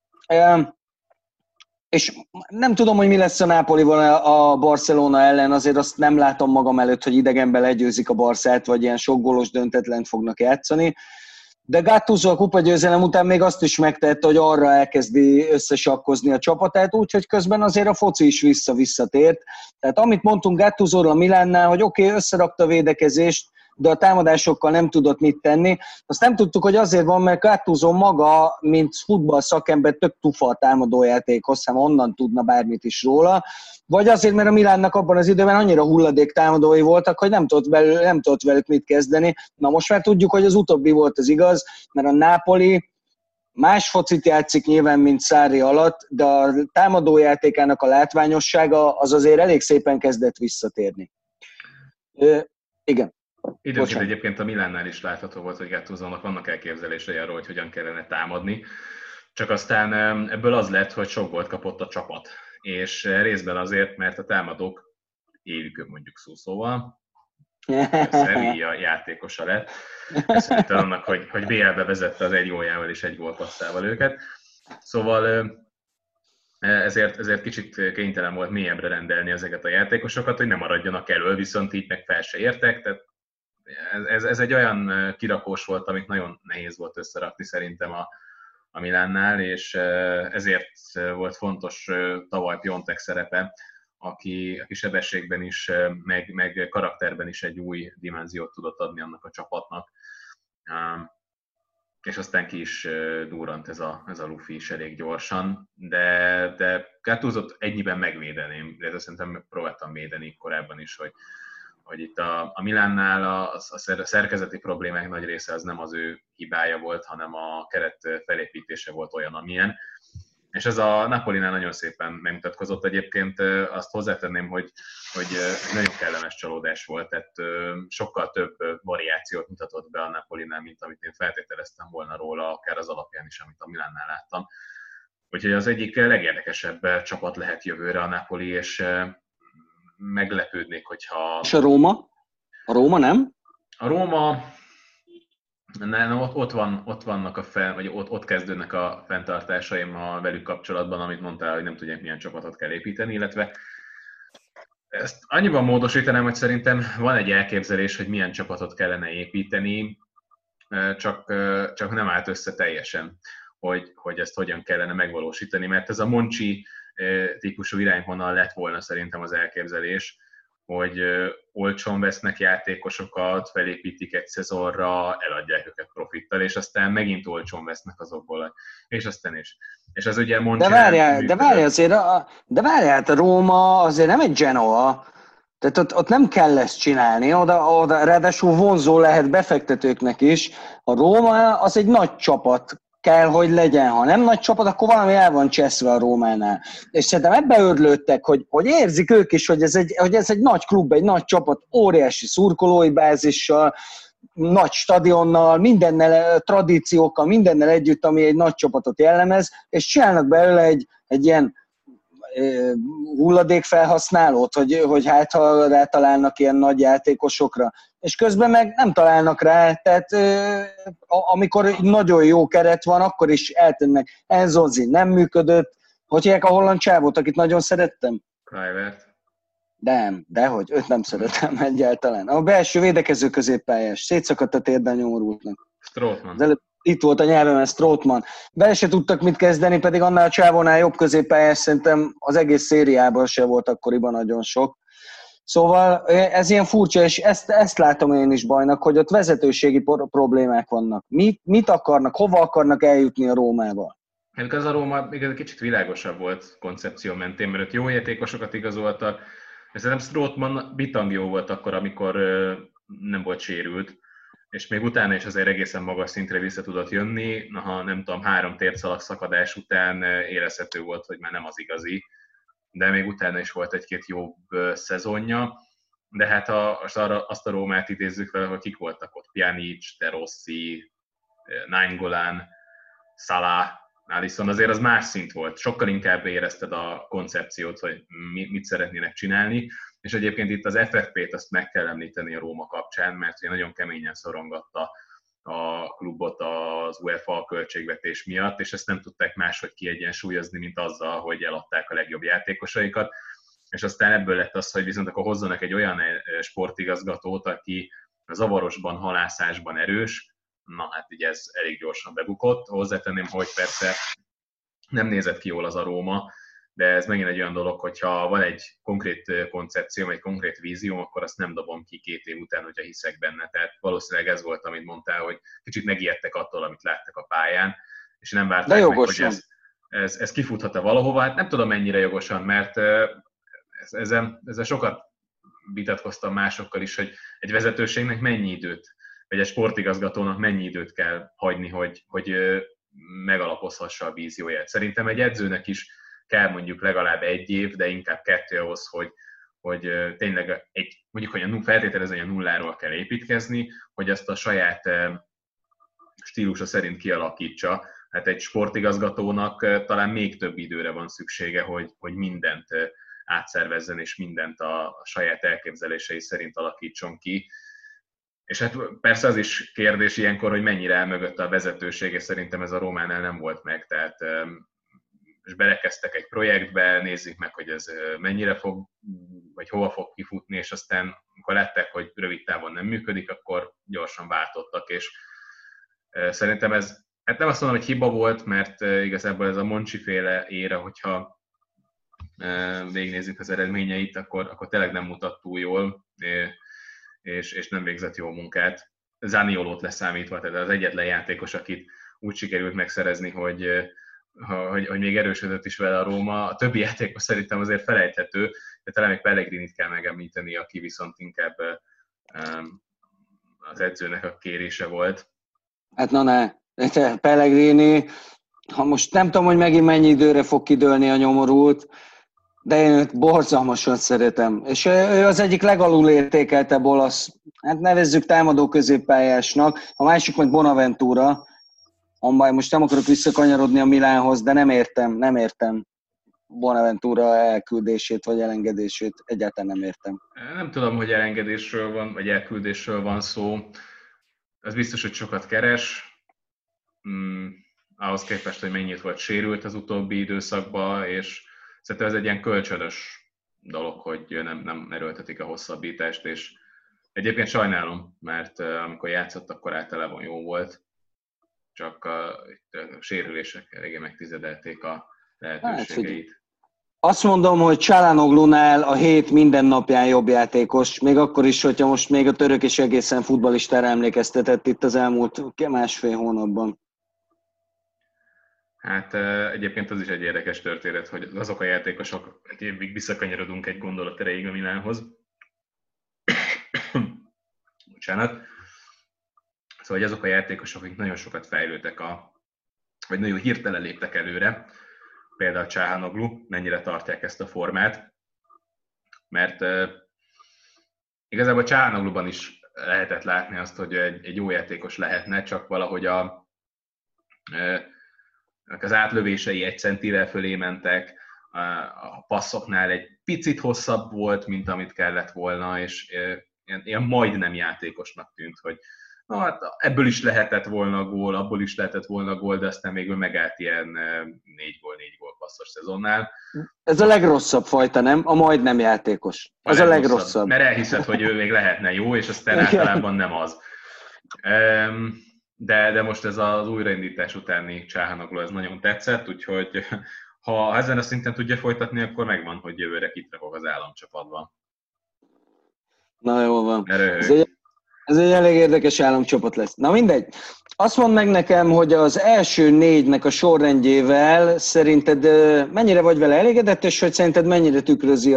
És nem tudom, hogy mi lesz a Nápolival a Barcelona ellen, azért azt nem látom magam előtt, hogy idegenben legyőzik a Barszát, vagy ilyen sok gólos döntetlent fognak játszani. De Gattuso a kupagyőzelem után még azt is megtette, hogy arra elkezdi összesakkozni a csapatát, úgyhogy közben azért a foci is visszatért. Tehát amit mondtunk Gattusoról a Milánnál, hogy oké, összerakta a védekezést, de a támadásokkal nem tudott mit tenni. Azt nem tudtuk, hogy azért van, mert Gattuso maga, mint futball szakember, tök tufa a támadójátékhoz, hiszen onnan tudna bármit is róla. Vagy azért, mert a Milánnak abban az időben annyira hulladék támadói voltak, hogy nem tudott velük mit kezdeni. Na most már tudjuk, hogy az utóbbi volt az igaz, mert a Napoli más focit játszik nyilván, mint Sarri alatt, de a támadójátékának a látványossága az azért elég szépen kezdett visszatérni. Igen. Időnként egyébként a Milánnál is látható volt, hogy Gattusonak vannak elképzelései arról, hogy hogyan kellene támadni, csak aztán ebből az lett, hogy sok gólt kapott a csapat. És részben azért, mert a támadók évükön mondjuk szóval, a Sevilla játékosa lett, köszönhetően annak, hogy BL-be vezette az egy góljával és egy gólpasszával őket. Szóval ezért kicsit kénytelen volt mélyebbre rendelni ezeket a játékosokat, hogy ne maradjanak elől, viszont így meg fel se értek, tehát ez egy olyan kirakós volt, amit nagyon nehéz volt összerakni szerintem a Milánnál, és ezért volt fontos tavaly Piontek szerepe, aki sebességben is, meg karakterben is egy új dimenziót tudott adni annak a csapatnak. és aztán ki is durrant ez a Luffy is elég gyorsan, de Gattuso ennyiben megvédeném, de szerintem próbáltam védeni korábban is, hogy itt a Milánnál a szerkezeti problémák nagy része az nem az ő hibája volt, hanem a keret felépítése volt olyan, amilyen. És ez a Napolinál nagyon szépen megmutatkozott. Egyébként azt hozzátenném, hogy nagyon kellemes csalódás volt, tehát sokkal több variációt mutatott be a Napolinál, mint amit én feltételeztem volna róla, akár az alapján is, amit a Milánnál láttam. Úgyhogy az egyik legérdekesebb csapat lehet jövőre a Napoli, és meglepődnék, hogyha... És a Róma? A Róma nem? A Róma... Nem, ott vannak vagy ott kezdődnek a fenntartásaim a velük kapcsolatban, amit mondtál, hogy nem tudják, milyen csapatot kell építeni, illetve ezt annyiban módosítanám, hogy szerintem van egy elképzelés, hogy milyen csapatot kellene építeni, csak nem állt össze teljesen, hogy ezt hogyan kellene megvalósítani, mert ez a Monchi típusú irányvonal lett volna szerintem az elképzelés, hogy olcsón vesznek játékosokat, felépítik egy szezonra, eladják őket profittal, és aztán megint olcsón vesznek azokból, és aztán is. És az ugye Monchi... De várjál, a Róma azért nem egy Genoa, tehát ott nem kell ezt csinálni, oda ráadásul vonzó lehet befektetőknek is. A Róma az egy nagy csapat kell, hogy legyen. Ha nem nagy csapat, akkor valami el van cseszve a Rómánál. És szerintem ebbe örlődtek, hogy érzik ők is, hogy ez egy nagy klub, egy nagy csapat, óriási szurkolói bázissal, nagy stadionnal, mindennel, tradíciókkal, mindennel együtt, ami egy nagy csapatot jellemez, és csinálnak belőle egy ilyen hulladékfelhasználót, hogy hát ha rátalálnak ilyen nagy játékosokra. És közben meg nem találnak rá, tehát amikor nagyon jó keret van, akkor is eltűnnek. Enzonzi nem működött, hogy hívják a holland csávót, akit nagyon szerettem? Kluivert. Dehogy, őt nem szeretem egyáltalán. A belső védekező középpályás, szétszakadt a térden nyomorultnak. Strootman. Itt volt a nyelvemen Strootman. Bele se tudtak mit kezdeni, pedig annál a csávónál jobb középpályás szerintem az egész szériában se volt akkoriban nagyon sok. Szóval ez ilyen furcsa, és ezt látom én is bajnak, hogy ott vezetőségi problémák vannak. Mit akarnak, hova akarnak eljutni a Rómával? Hát az a Róma még egy kicsit világosabb volt koncepció mentén, mert ott jó játékosokat igazoltak. Szerintem Strootman bitang jó volt akkor, amikor nem volt sérült, és még utána is azért egészen magas szintre vissza tudott jönni, ha nem tudom, 3 térdszalag szakadás után érezhető volt, hogy már nem az igazi, de még utána is volt egy-két jobb szezonja, de hát azt a Rómát idézzük vele, hogy kik voltak ott, Pjanic, De Rossi, Nainggolan, Salah, Alisson, azért az más szint volt, sokkal inkább érezted a koncepciót, hogy mit szeretnének csinálni, és egyébként itt az FFP-t azt meg kell említeni a Róma kapcsán, mert ugye nagyon keményen szorongatta a klubot az UEFA költségvetés miatt, és ezt nem tudták máshogy kiegyensúlyozni, mint azzal, hogy eladták a legjobb játékosaikat, és aztán ebből lett az, hogy viszont akkor hozzanak egy olyan sportigazgatót, aki a zavarosban, halászásban erős. Na hát így ez elég gyorsan bebukott. Hozzátenném, hogy persze nem nézett ki jól az a Róma, de ez megint egy olyan dolog, hogyha van egy konkrét koncepció, egy konkrét vízió, akkor azt nem dobom ki 2 év után, hogyha hiszek benne. Tehát valószínűleg ez volt, amit mondtál, hogy kicsit megijedtek attól, amit láttak a pályán, és nem várták meg, hogy ez kifuthat-e valahova. Hát nem tudom mennyire jogosan, mert ezzel sokat vitatkoztam másokkal is, hogy egy vezetőségnek mennyi időt, vagy egy sportigazgatónak mennyi időt kell hagyni, hogy megalapozhassa a vízióját. Szerintem egy edzőnek is kell mondjuk legalább 1 év, de inkább 2 ahhoz, hogy tényleg mondjuk, hogy feltételezően a nulláról kell építkezni, hogy azt a saját stílusa szerint kialakítsa. Hát egy sportigazgatónak talán még több időre van szüksége, hogy mindent átszervezzen, és mindent a saját elképzelései szerint alakítson ki. És hát persze az is kérdés ilyenkor, hogy mennyire áll mögött a vezetőség, és szerintem ez a Rómánál nem volt meg, tehát és belekezdtek egy projektbe, nézzük meg, hogy ez mennyire fog, vagy hova fog kifutni, és aztán, amikor látták, hogy rövid távon nem működik, akkor gyorsan váltottak, és szerintem ez, hát nem azt mondom, hogy hiba volt, mert igazából ez a Monchi-féle ére, hogyha végignézzük az eredményeit, akkor tényleg nem mutat túl jól, és nem végzett jó munkát. Zaniolót leszámítva, tehát az egyetlen játékos, akit úgy sikerült megszerezni, hogy még erősödött is vele a Róma. A többi játékos szerintem azért felejthető, de talán még Pellegrinit kell megemlíteni, aki viszont inkább az edzőnek a kérése volt. Hát ne. Pellegrini, ha most nem tudom, hogy megint mennyi időre fog kidőlni a nyomorult, de én őt borzalmasan szeretem. És ő az egyik legalul értékeltebb olasz, hát nevezzük támadó középpályásnak, a másik meg Bonaventura, amely most nem akarok visszakanyarodni a Milánhoz, de nem értem Bonaventura elküldését vagy elengedését, egyáltalán nem értem. Nem tudom, hogy elengedésről van, vagy elküldésről van szó. Az biztos, hogy sokat keres. Ahhoz képest, hogy mennyit volt sérült az utóbbi időszakban, és szerintem ez egy ilyen kölcsönös dolog, hogy nem erőltetik a hosszabbítást, és egyébként sajnálom, mert amikor játszott, akkor általában jó volt, csak a sérülések eléggé megtizedelték a lehetőségeit. Hát, azt mondom, hogy Çalhanoğlu'nál a hét mindennapján jobb játékos, még akkor is, hogyha most még a török is egészen futballistára emlékeztetett itt az elmúlt másfél hónapban. Hát egyébként az is egy érdekes történet, hogy azok a játékosok, még visszakanyarodunk egy gondolat erejéig a Milánhoz. Bocsánat. Szóval, hogy azok a játékosok, akik nagyon sokat fejlődtek, vagy nagyon hirtelen léptek előre, például Çalhanoğlu, mennyire tartják ezt a formát, mert igazából Çalhanoğluban is lehetett látni azt, hogy egy jó játékos lehetne, csak valahogy az átlövései egy centivel fölé mentek, a passzoknál egy picit hosszabb volt, mint amit kellett volna, és ilyen majdnem játékosnak tűnt, hogy hát ebből is lehetett volna gól, abból is lehetett volna gól, de aztán még megállt ilyen 4 gól passzos szezonnál. Ez a legrosszabb fajta, nem? A majdnem játékos. Ez a legrosszabb. Mert elhiszed, hogy ő még lehetne jó, és aztán általában nem az. De most ez az újraindítás utáni Çalhanoğlu, ez nagyon tetszett, úgyhogy ha ezen a szinten tudja folytatni, akkor megvan, hogy jövőre kitrakok az államcsapatban. Na jól van. Ez egy elég érdekes államcsapat lesz. Na mindegy. Azt mondd meg nekem, hogy az első 4-nek a sorrendjével szerinted mennyire vagy vele elégedett, és hogy szerinted mennyire tükrözi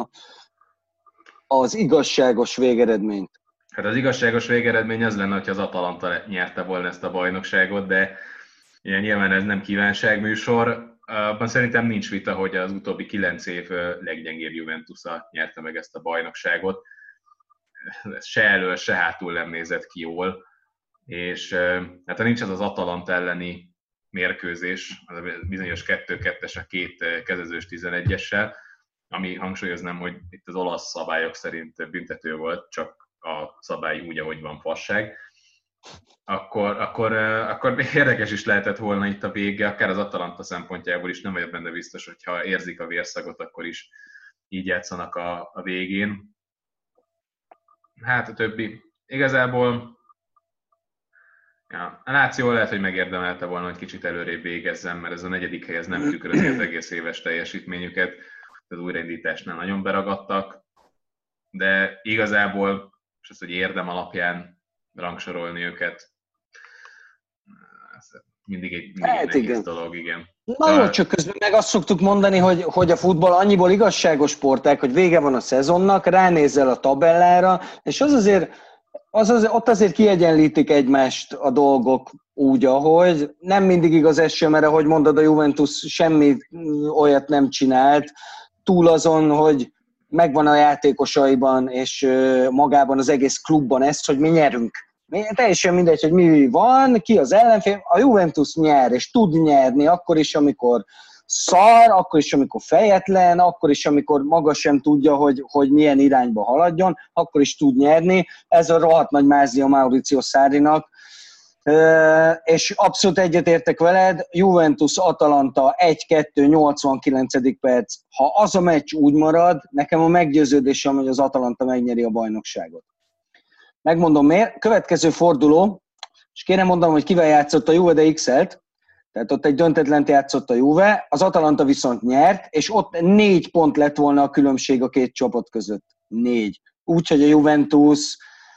az igazságos végeredményt? Hát az igazságos végeredmény az lenne, hogy az Atalanta nyerte volna ezt a bajnokságot, de nyilván ez nem kívánságműsor. Abban szerintem nincs vita, hogy az utóbbi 9 év leggyengébb Juventusa nyerte meg ezt a bajnokságot. Se elől, se hátul nem nézett ki jól, és hát ha nincs az Atalanta elleni mérkőzés, az a bizonyos 2-2-es a két kezezős 11-essel, ami hangsúlyoznám, hogy itt az olasz szabályok szerint büntető volt, csak a szabály úgy, ahogy van, fasság, akkor érdekes is lehetett volna itt a vége, akár az Atalanta szempontjából is, nem vagyok benne biztos, hogyha érzik a vérszagot, akkor is így játszanak a végén. Hát a többi. Igazából a Lazio lehet, hogy megérdemelte volna, hogy kicsit előrébb végezzen, mert ez a 4. hely ez nem tükrözi az egész éves teljesítményüket. Az újraindításnál nagyon beragadtak, de igazából, és az, hogy érdem alapján rangsorolni őket, ez mindig egy nehéz dolog, igen. Na jó, csak közben meg azt szoktuk mondani, hogy a futball annyiból igazságos sportág, hogy vége van a szezonnak, ránézel a tabellára, és ott azért kiegyenlítik egymást a dolgok úgy, ahogy. Nem mindig igaz ez sem, mert ahogy mondod, a Juventus semmi olyat nem csinált, túl azon, hogy megvan a játékosaiban és magában az egész klubban ez, hogy mi nyerünk. Teljesen mindegy, hogy mi van, ki az ellenfél. A Juventus nyer, és tud nyerni, akkor is, amikor szar, akkor is, amikor fejetlen, akkor is, amikor maga sem tudja, hogy milyen irányba haladjon, akkor is tud nyerni. Ez a rohadt nagy mázia Maurizio Sarrinak. És abszolút egyetértek veled, Juventus-Atalanta 1-2, 89. perc. Ha az a meccs úgy marad, nekem a meggyőződésem, hogy az Atalanta megnyeri a bajnokságot. Megmondom miért. Következő forduló, és kérem mondom, hogy kivel játszott a Juve, de X-elt, tehát ott egy döntetlent játszott a Juve, az Atalanta viszont nyert, és ott 4 pont lett volna a különbség a két csapat között. 4. Úgyhogy a Juventus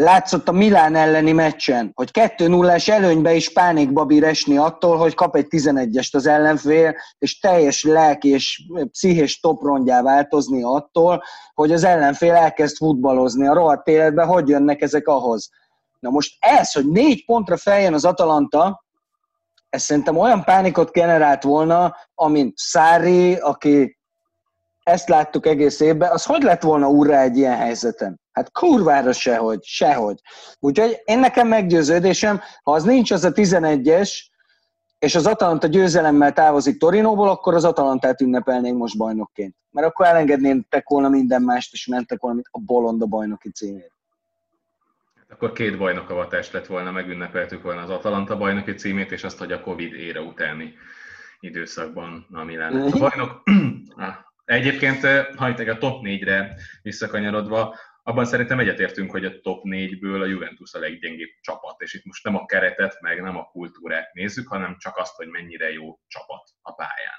látszott a Milán elleni meccsen, hogy 2-0-es előnybe is pánikba bír esni attól, hogy kap egy 11-est az ellenfél, és teljes lelki és pszichés toprongyá változni attól, hogy az ellenfél elkezd futballozni. A rohadt életben hogy jönnek ezek ahhoz? Na most ez, hogy 4 pontra feljön az Atalanta, ez szerintem olyan pánikot generált volna, amint Sarri, aki ezt láttuk egész évben, az hogy lett volna úrrá egy ilyen helyzeten? Hát kurvára sehogy. Úgyhogy én nekem meggyőződésem, ha az nincs az a 11-es, és az Atalanta győzelemmel távozik Torinóból, akkor az Atalantát ünnepelnénk most bajnokként. Mert akkor elengednétek volna minden mást, és mentek volna a bolond a bajnoki címért. Akkor 2 bajnokavatást lett volna, megünnepeltük volna az Atalanta bajnoki címét, és azt, hogy a Covid ére utáni időszakban a Milán a bajnok. Egyébként, ha itt a top 4-re visszakanyarodva, abban szerintem egyetértünk, hogy a top 4-ből a Juventus a leggyengébb csapat, és itt most nem a keretet, meg nem a kultúrát nézzük, hanem csak azt, hogy mennyire jó csapat a pályán.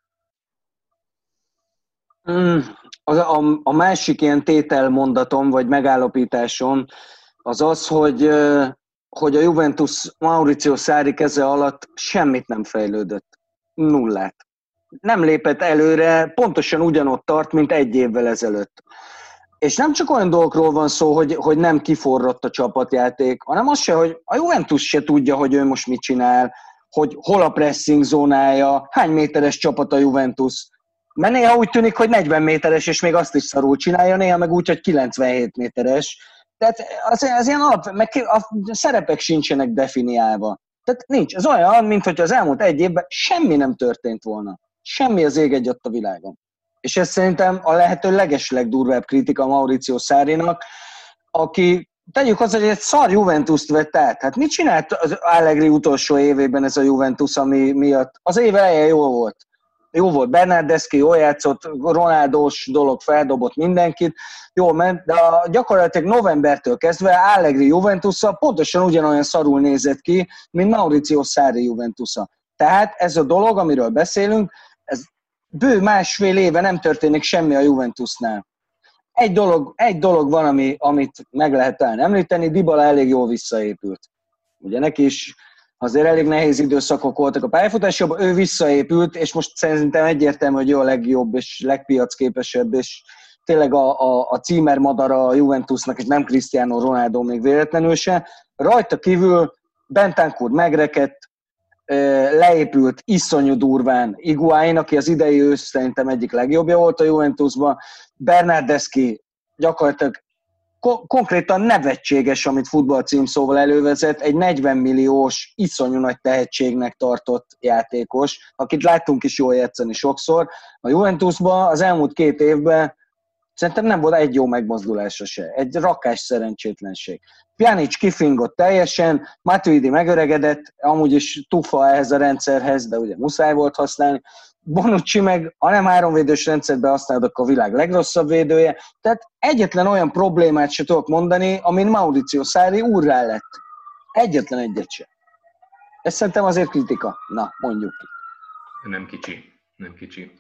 A másik ilyen tételmondatom, vagy megállapításom az az, hogy a Juventus Maurizio Sarri keze alatt semmit nem fejlődött. Nullát. Nem lépett előre, pontosan ugyanott tart, mint 1 évvel ezelőtt. És nem csak olyan dolgokról van szó, hogy nem kiforrott a csapatjáték, hanem az se, hogy a Juventus se tudja, hogy ő most mit csinál, hogy hol a pressing zónája, hány méteres csapat a Juventus. Mert néha úgy tűnik, hogy 40 méteres, és még azt is szarul csinálja, néha meg úgy, hogy 97 méteres. Tehát az ilyen meg a szerepek sincsenek definiálva. Tehát nincs. Ez olyan, mint hogy az elmúlt 1 évben semmi nem történt volna. Semmi az ég egyat a világon. És ez szerintem a lehető legeslegdurvább kritika Maurizio Sarrinak, aki, tegyük hozzá, hogy egy szar Juventust vett át. Hát mit csinált az Allegri utolsó évében ez a Juventus, ami miatt? Az év eleje jó volt. Jó volt Bernardeschi, jól játszott, Ronaldós dolog, feldobott mindenkit, jól ment, de gyakorlatilag novembertől kezdve Allegri Juventusa pontosan ugyanolyan szarul nézett ki, mint Maurizio Sarri Juventusa. Tehát ez a dolog, amiről beszélünk, ez bő 1,5 éve nem történik semmi a Juventusnál. Egy dolog van, amit meg lehet említeni, Dybala elég jól visszaépült. Ugye neki is azért elég nehéz időszakok voltak a pályafutásában, ő visszaépült, és most szerintem egyértelmű, hogy ő a legjobb és legpiacképesebb, és tényleg a címer madara a Juventusnak, és nem Cristiano Ronaldo még véletlenül se. Rajta kívül Bentancur megrekedt, leépült iszonyú durván Higuaín, aki az idei ősz szerintem egyik legjobbja volt a Juventusban. Bernardeschi gyakorlatilag konkrétan nevetséges, amit futballcímszóval elővezet, egy 40 milliós, iszonyú nagy tehetségnek tartott játékos, akit láttunk is jól játszani sokszor. A Juventusban az elmúlt 2 évben szerintem nem volt egy jó megmozdulása se. Egy rakás szerencsétlenség. Pjanic kifingott teljesen, Matuidi megöregedett, amúgy is tufa ehhez a rendszerhez, de ugye muszáj volt használni. Bonucci meg, ha nem 3-védős rendszerben használod, akkor a világ legrosszabb védője. Tehát egyetlen olyan problémát se tudok mondani, amin Maurizio Sarri úrrá lett. Egyetlen egyet se. Ez szerintem azért kritika. Na, mondjuk ki. Nem kicsi.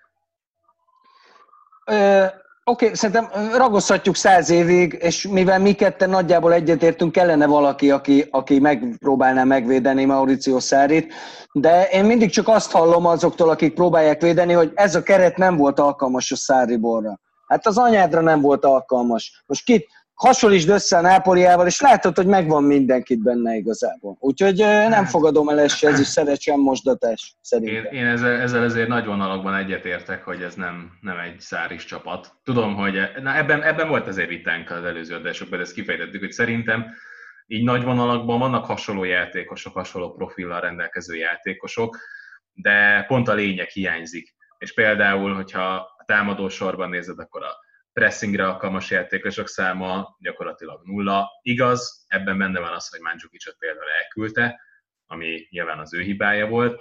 Oké, szerintem ragozhatjuk 100 évig, és mivel mi ketten nagyjából egyetértünk, kellene valaki, aki megpróbálná megvédeni Maurizio Sarrit, de én mindig csak azt hallom azoktól, akik próbálják védeni, hogy ez a keret nem volt alkalmas a Sarriborra. Hát az anyádra nem volt alkalmas. Most hasonlítsd össze a Nápoliával, és látod, hogy megvan mindenkit benne igazából. Úgyhogy nem fogadom el ezt, ez is szeretsem mosdatás szerintem. Én ezzel azért nagy vonalakban egyetértek, hogy ez nem egy Sarris csapat. Tudom, hogy ebben volt azért vitánk az előző adásokban, de ezt kifejtettük, hogy szerintem így nagy vonalakban vannak hasonló játékosok, hasonló profillal rendelkező játékosok, de pont a lényeg hiányzik. És például, hogyha a támadó sorban nézed, akkor a pressingre alkalmas játékosok száma gyakorlatilag 0. Igaz, ebben benne van az, hogy Mandzukićot például elküldte, ami nyilván az ő hibája volt.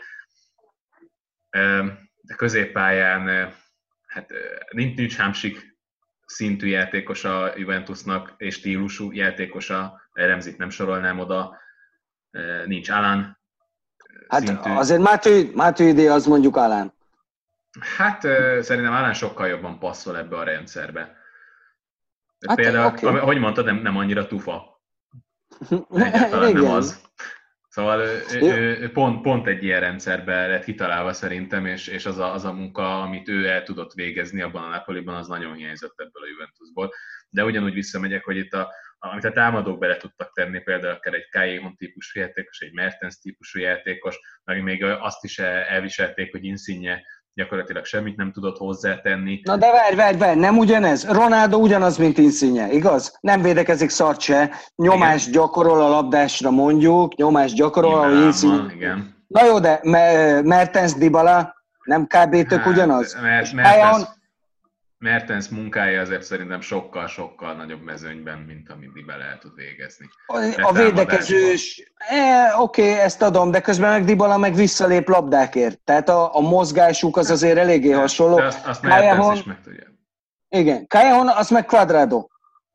De középpályán hát nincs Hamsik szintű játékos a Juventusnak, és stílusú játékosa, Remzit nem sorolnám oda, nincs Alan hát szintű. Azért Matuidi az mondjuk Alan. Hát szerintem Alan sokkal jobban passzol ebbe a rendszerbe. Hát, például, okay. ahogy mondtad, nem annyira tufa. Egyáltalán nem az. Szóval ő pont egy ilyen rendszerben lett kitalálva szerintem, és az a munka, amit ő el tudott végezni abban a Napoliban, az nagyon hiányzott ebből a Juventusból. De ugyanúgy visszamegyek, hogy itt amit a támadók bele tudtak tenni, például akár egy Callejon típusú játékos, egy Mertens típusú játékos, meg még azt is elviselték, hogy Insigne gyakorlatilag semmit nem tudott hozzátenni. Na de várj, nem ugyanez? Ronaldo ugyanaz, mint Insigne, igaz? Nem védekezik szart se, nyomást gyakorol a labdásra mondjuk, nyomást gyakorol, ahogy Insigne. Igen. Na jó, de Mertens, Dybala nem kb. Tök ugyanaz? Mertens munkája azért szerintem sokkal nagyobb mezőnyben, mint amit Dybala el tud végezni. A védekezős, oké, ezt adom, de közben meg Dybala meg visszalép labdákért. Tehát a mozgásuk az azért eléggé hasonló. De azt Mertens is meg tudja. Igen, Callejon, az meg Cuadrado.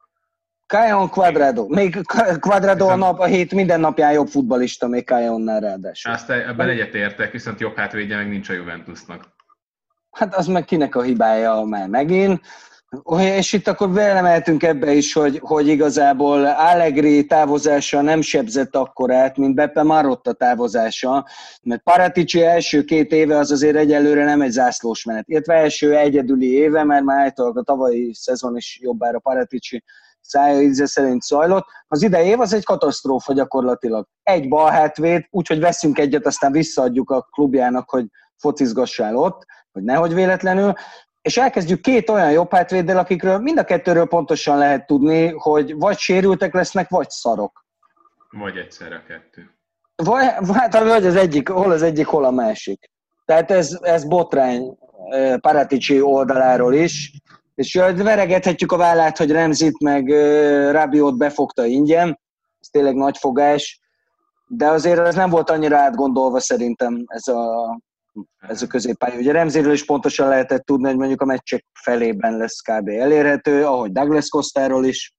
Még Cuadrado a hét minden napján jobb futballista, még Callejonnál ráadásul. Azt ebben egyetértek, viszont jobb hátvédje meg nincs a Juventusnak. Hát az meg kinek a hibája már megint. És itt akkor belemeltünk ebbe is, hogy igazából Allegri távozása nem sebzett akkorát, mint Beppe Marotta távozása, mert Paratici első 2 éve az azért egyelőre nem egy zászlós menet. Illetve első egyedüli éve, mert már általában a tavalyi szezon is jobbára Paratici szája íze szerint zajlott. Az idei év az egy katasztrófa gyakorlatilag. Egy balhátvéd, úgyhogy veszünk egyet, aztán visszaadjuk a klubjának, hogy focizgassál ott, hogy nehogy véletlenül, és elkezdjük 2 olyan jobb hátvéddel, akikről mind a 2-ről pontosan lehet tudni, hogy vagy sérültek lesznek, vagy szarok. Vagy egyszerre a 2. Vagy az egyik, hol az egyik, hol a másik. Tehát ez botrány Paratici oldaláról is, és veregethetjük a vállát, hogy Remzit meg Rabiot befogta ingyen, ez tényleg nagy fogás, de azért ez nem volt annyira átgondolva szerintem ez a középpálya. Ugye Remziről is pontosan lehetett tudni, hogy mondjuk a meccsek felében lesz kb. Elérhető, ahogy Douglas Costáról is.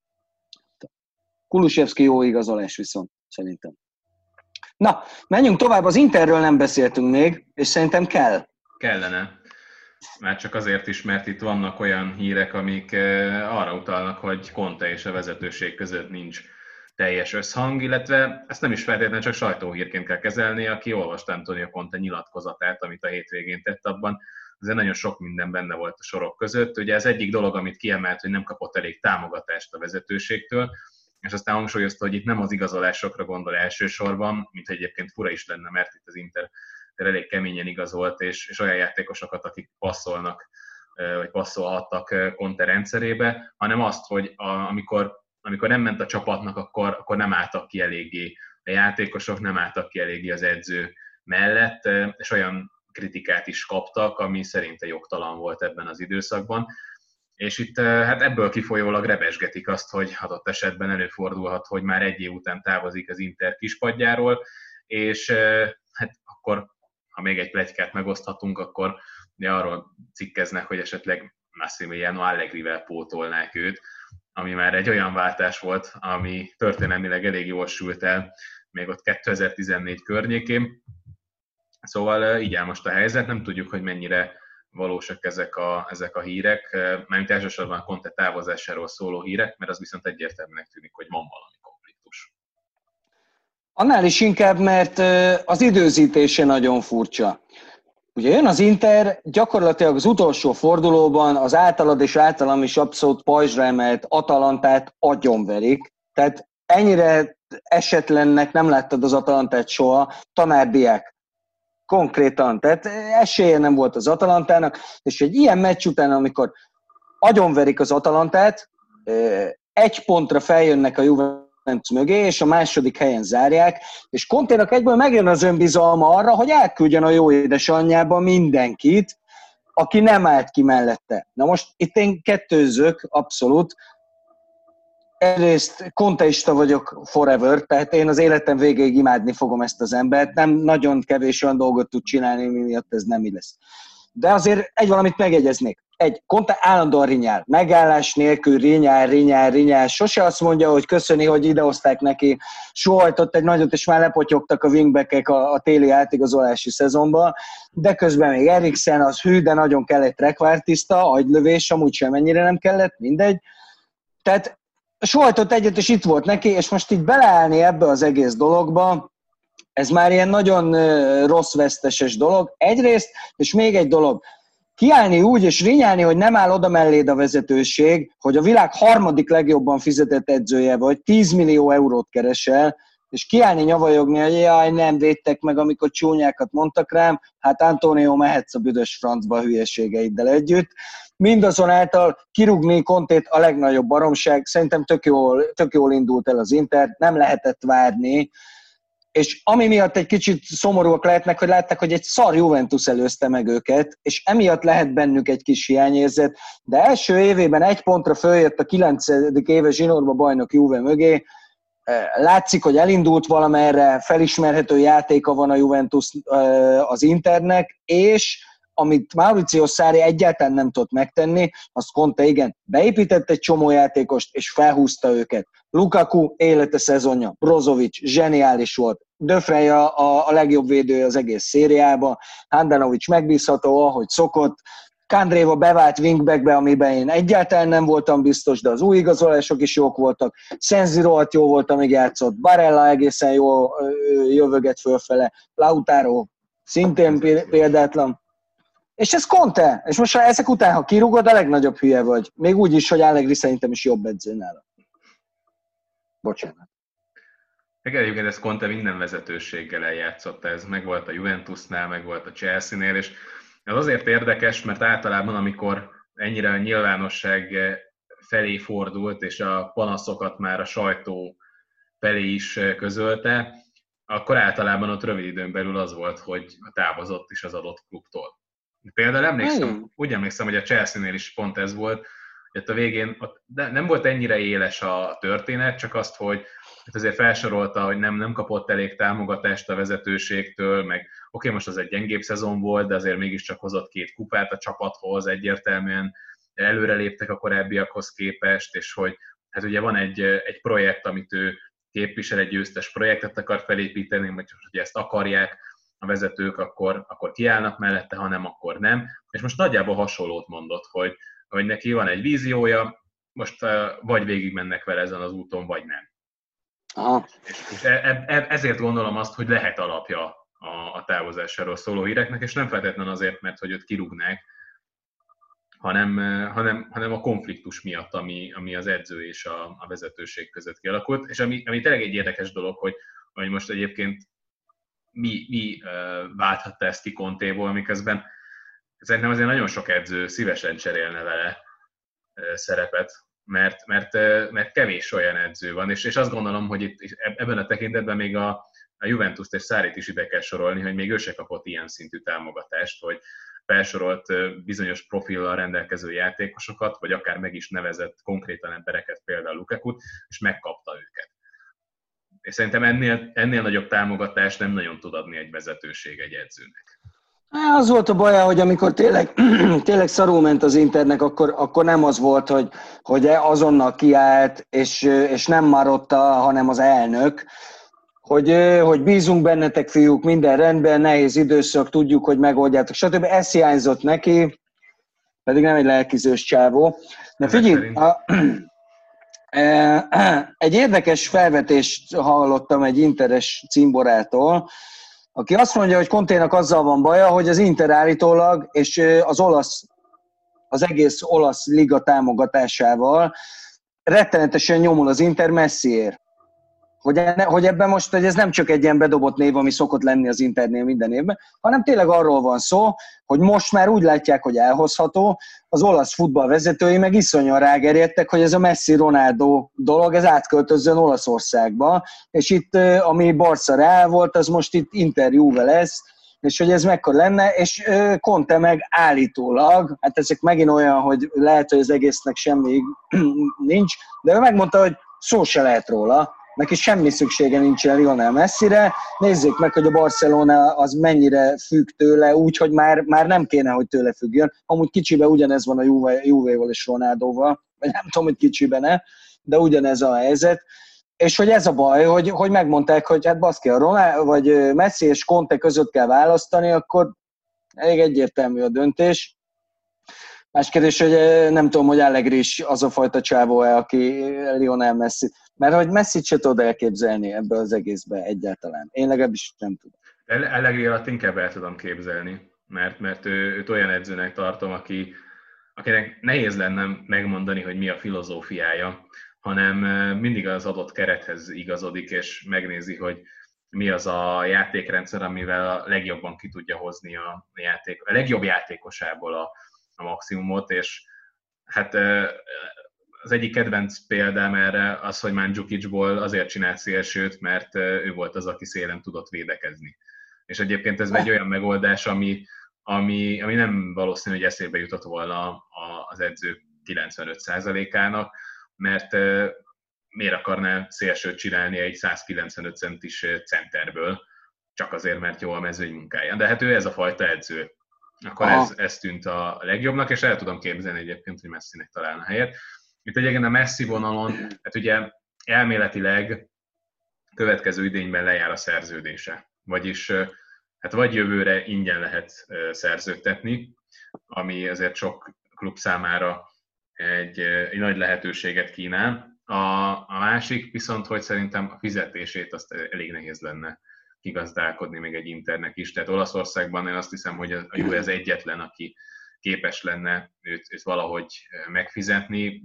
Kulusevski jó igazolás viszont, szerintem. Na, menjünk tovább, az Interről nem beszéltünk még, és szerintem Kellene. Már csak azért is, mert itt vannak olyan hírek, amik arra utalnak, hogy Conte és a vezetőség között nincs teljes összhang, illetve ezt nem is feltétlenül csak sajtóhírként kell kezelni, aki olvasta Antonio Conte nyilatkozatát, amit a hétvégén tett abban, azért nagyon sok minden benne volt a sorok között. Ugye ez egyik dolog, amit kiemelt, hogy nem kapott elég támogatást a vezetőségtől, és aztán hangsúlyozta, hogy itt nem az igazolásokra gondol elsősorban, mint egyébként fura is lenne, mert itt az Inter elég keményen igazolt, és olyan játékosokat, akik passzolnak, vagy passzolhattak Conte rendszerébe, hanem azt, hogy amikor nem ment a csapatnak, akkor nem álltak ki eléggé a játékosok, nem álltak ki eléggé az edző mellett, és olyan kritikát is kaptak, ami szerinte jogtalan volt ebben az időszakban. És itt hát ebből kifolyólag rebesgetik azt, hogy adott esetben előfordulhat, hogy már 1 év után távozik az Inter kispadjáról, és hát akkor, ha még egy pletykát megoszthatunk, akkor arról cikkeznek, hogy esetleg Massimiliano Allegrivel pótolnák őt, ami már egy olyan váltás volt, ami történelmileg elég jól sült el, még ott 2014 környékén. Szóval így áll most a helyzet, nem tudjuk, hogy mennyire valósak ezek a hírek, mármint elsősorban a Conte távozásáról szóló hírek, mert az viszont egyértelműnek tűnik, hogy van valami konfliktus. Annál is inkább, mert az időzítése nagyon furcsa. Ugye jön az Inter, gyakorlatilag az utolsó fordulóban az általad és általam is abszolút pajzsra emelt Atalantát agyonverik. Tehát ennyire esetlennek nem láttad az Atalantát soha, tanárdiák. Konkrétan. Tehát esélye nem volt az Atalantának, és egy ilyen meccs után, amikor agyonverik az Atalantát, 1 pontra feljönnek a Juventus mögé, és a második helyen zárják, és Conténak egyből megjön az önbizalma arra, hogy elküldjön a jó édesanyjába mindenkit, aki nem állt ki mellette. Na most itt én kettőzök, abszolút. Egyrészt konteista vagyok forever, tehát én az életem végéig imádni fogom ezt az embert, nem nagyon kevés olyan dolgot tud csinálni, miatt ez nem így lesz. De azért egy valamit megegyeznék. Conte állandóan rinyál. Megállás nélkül rinyál. Sose azt mondja, hogy köszöni, hogy idehozták neki. Sohajtott egy nagyot, és már lepotyogtak a wingbackek a téli átigazolási szezonban. De közben még Eriksen, az hű, de nagyon kellett trekvártiszta, agylövés, amúgy semennyire nem kellett, mindegy. Tehát sohajtott egyet, és itt volt neki, és most így beleállni ebbe az egész dologba, ez már ilyen nagyon rossz veszteses dolog. Egyrészt, és még egy dolog, kiállni úgy és rinyálni, hogy nem áll oda melléd a vezetőség, hogy a világ harmadik legjobban fizetett edzője vagy, 10 millió eurót keresel, és kiállni nyavajogni, hogy jaj, nem védtek meg, amikor csúnyákat mondtak rám, hát Antonio, mehetsz a büdös francba a hülyeségeiddel együtt. Mindazonáltal kirúgni Contét a legnagyobb baromság, szerintem tök jól indult el az Inter, nem lehetett várni, és ami miatt egy kicsit szomorúak lehetnek, hogy látták, hogy egy szar Juventus előzte meg őket, és emiatt lehet bennük egy kis hiányérzet, de első évében 1 pontra följött a 9. éve zsinórba bajnok Juve mögé, látszik, hogy elindult valamerre, felismerhető játéka van a Juventus az Internek, és amit Maurizio Sarri egyáltalán nem tudott megtenni, azt Conte igen, beépített egy csomó játékost, és felhúzta őket. Lukaku élete szezonja, Brozovic zseniális volt, De Vrij a legjobb védője az egész szériában, Handanovic megbízható, ahogy szokott, Kandréva bevált wingbackbe, amiben én egyáltalán nem voltam biztos, de az új igazolások is jók voltak, Sensi rohadt jó volt, amíg játszott, Barella egészen jó jövöget fölfele, Lautaro szintén példátlan. És ez Conte, és most ezek után, ha kirúgod, a legnagyobb hülye vagy. Még úgy is, hogy Allegri szerintem is jobb edző nála. Bocsánat. Egyébként ez Conte minden vezetőséggel eljátszott, ez meg volt a Juventusnál, meg volt a Chelsea-nél, és ez azért érdekes, mert általában, amikor ennyire a nyilvánosság felé fordult, és a panaszokat már a sajtó felé is közölte, akkor általában ott rövid időn belül az volt, hogy távozott is az adott klubtól. Például úgy emlékszem, hogy a Chelsea-nél is pont ez volt, hogy a végén nem volt ennyire éles a történet, csak azt, hogy azért felsorolta, hogy nem kapott elég támogatást a vezetőségtől, meg oké, most az egy gyengébb szezon volt, de azért mégiscsak hozott 2 kupát a csapathoz, egyértelműen előreléptek a korábbiakhoz képest, és hogy hát ugye van egy projekt, amit ő képvisel, egy győztes projektet akar felépíteni, vagy hogy ezt akarják a vezetők, akkor kiállnak mellette, ha nem, akkor nem. És most nagyjából hasonlót mondott, hogy neki van egy víziója, most vagy végig mennek vele ezen az úton, vagy nem. Aha. És ezért gondolom azt, hogy lehet alapja a távozásáról szóló híreknek, és nem feltétlenül azért, mert hogy őt kirúgnák, hanem a konfliktus miatt, ami az edző és a vezetőség között kialakult. És ami tényleg egy érdekes dolog, hogy most egyébként mi válthatta ezt ki Contéból, miközben szerintem azért nagyon sok edző szívesen cserélne vele szerepet, mert kevés olyan edző van, és azt gondolom, hogy itt ebben a tekintetben még a Juventust és Sarrit is ide kell sorolni, hogy még ő se kapott ilyen szintű támogatást, hogy felsorolt bizonyos profillal rendelkező játékosokat, vagy akár meg is nevezett konkrétan embereket, például Lukakut, és megkapta őket. És szerintem ennél nagyobb támogatást nem nagyon tud adni egy vezetőség egy edzőnek. Az volt a baja, hogy amikor tényleg szarul ment az Internek, akkor nem az volt, hogy azonnal kiállt, és nem Marotta, hanem az elnök, hogy bízunk bennetek, fiúk, minden rendben, nehéz időszak, tudjuk, hogy megoldjátok, stb. Ez hiányzott neki, pedig nem egy lelkizős csávó. De figyelj, egy érdekes felvetést hallottam egy interes cimborától, aki azt mondja, hogy Conténak azzal van baja, hogy az Inter állítólag, és az egész olasz liga támogatásával rettenetesen nyomul az Inter Messiért. Hogy ebben most, hogy ez nem csak egy ilyen bedobott név, ami szokott lenni az Internél minden évben, hanem tényleg arról van szó, hogy most már úgy látják, hogy elhozható, az olasz futballvezetői meg iszonyan rágerjedtek, hogy ez a Messi-Ronaldo dolog, ez átköltözzön Olaszországba, és itt, ami Barca Real volt, az most itt Inter-Juve lesz, és hogy ez mekkora lenne, és Conte meg állítólag, hát ezek megint olyan, hogy lehet, hogy az egésznek semmi nincs, de ő megmondta, hogy szó se lehet róla, neki semmi szüksége nincsen Lionel Messire, nézzék meg, hogy a Barcelona az mennyire függ tőle, úgyhogy már nem kéne, hogy tőle függjön. Amúgy kicsiben ugyanez van a Juve-val és Ronaldóval, vagy nem tudom, hogy kicsiben-e, de ugyanez a helyzet. És hogy ez a baj, hogy megmondták, hogy hát baszki, a Ronaldo, vagy Messi és Conte között kell választani, akkor elég egyértelmű a döntés. Más kérdés, hogy nem tudom, hogy Allegri is az a fajta csávó-e, aki Lionel Messi. Mert hogy Messit se tudod elképzelni ebbe az egészbe egyáltalán. Én legalábbis nem tudom. Allegri alatt inkább el tudom képzelni, mert őt olyan edzőnek tartom, akinek nehéz lenne megmondani, hogy mi a filozófiája, hanem mindig az adott kerethez igazodik, és megnézi, hogy mi az a játékrendszer, amivel a legjobban ki tudja hozni a legjobb játékosából a maximumot, és hát az egyik kedvenc példám erre az, hogy Mandzukicsból azért csinált szélsőt, mert ő volt az, aki szélen tudott védekezni. És egyébként ez egy olyan megoldás, ami nem valószínű, hogy eszébe jutott volna az edző 95%-ának, mert miért akarná szélsőt csinálni egy 195 centis centerből, csak azért, mert jó a mezőny munkája. De hát ő ez a fajta edző. Akkor ez tűnt a legjobbnak, és el tudom képzelni egyébként, hogy Messinek találna helyet. Itt egyébként a Messi vonalon, hát ugye elméletileg következő idényben lejár a szerződése. Vagyis hát vagy jövőre ingyen lehet szerződtetni, ami azért sok klub számára egy nagy lehetőséget kínál. A másik viszont, hogy szerintem a fizetését azt elég nehéz lenne kigazdálkodni még egy Internek is. Tehát Olaszországban én azt hiszem, hogy a Juve az egyetlen, aki képes lenne őt valahogy megfizetni.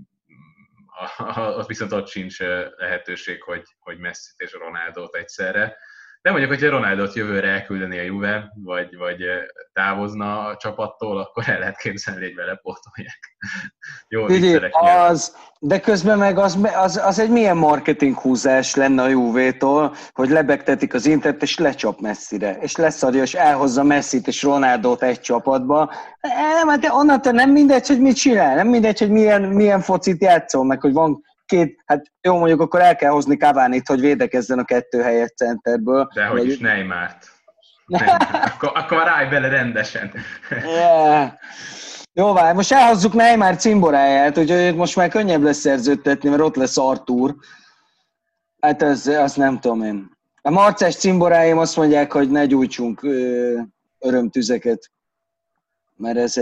Ott viszont ott sincs lehetőség, hogy Messit és Ronaldót egyszerre. De mondjuk, hogyha Ronaldot jövőre elküldeni a Juve, vagy távozna a csapattól, akkor el lehet képzelni, hogy vele pótolják. Jó viccelek. De közben meg az egy milyen marketing húzás lenne a Juvétól, hogy lebegtetik az Intert, és lecsap Messire, és leszarja, és elhozza Messit és Ronaldót egy csapatba. De onnantól nem mindegy, hogy mit csinál, nem mindegy, hogy milyen focit játszol, meg hogy van hát jó, mondjuk akkor el kell hozni Cavani-t, hogy védekezzen a 2 helyett centerből. De hogy is Neymart. Akkor ráj bele rendesen. Yeah. Jó, várj, most elhozzuk Neymar cimboráját, úgyhogy most már könnyebb lesz szerződtetni, mert ott lesz Arthur. Hát azt nem tudom én. A marcás cimboráim azt mondják, hogy ne gyújtsunk örömtüzeket. Mert ez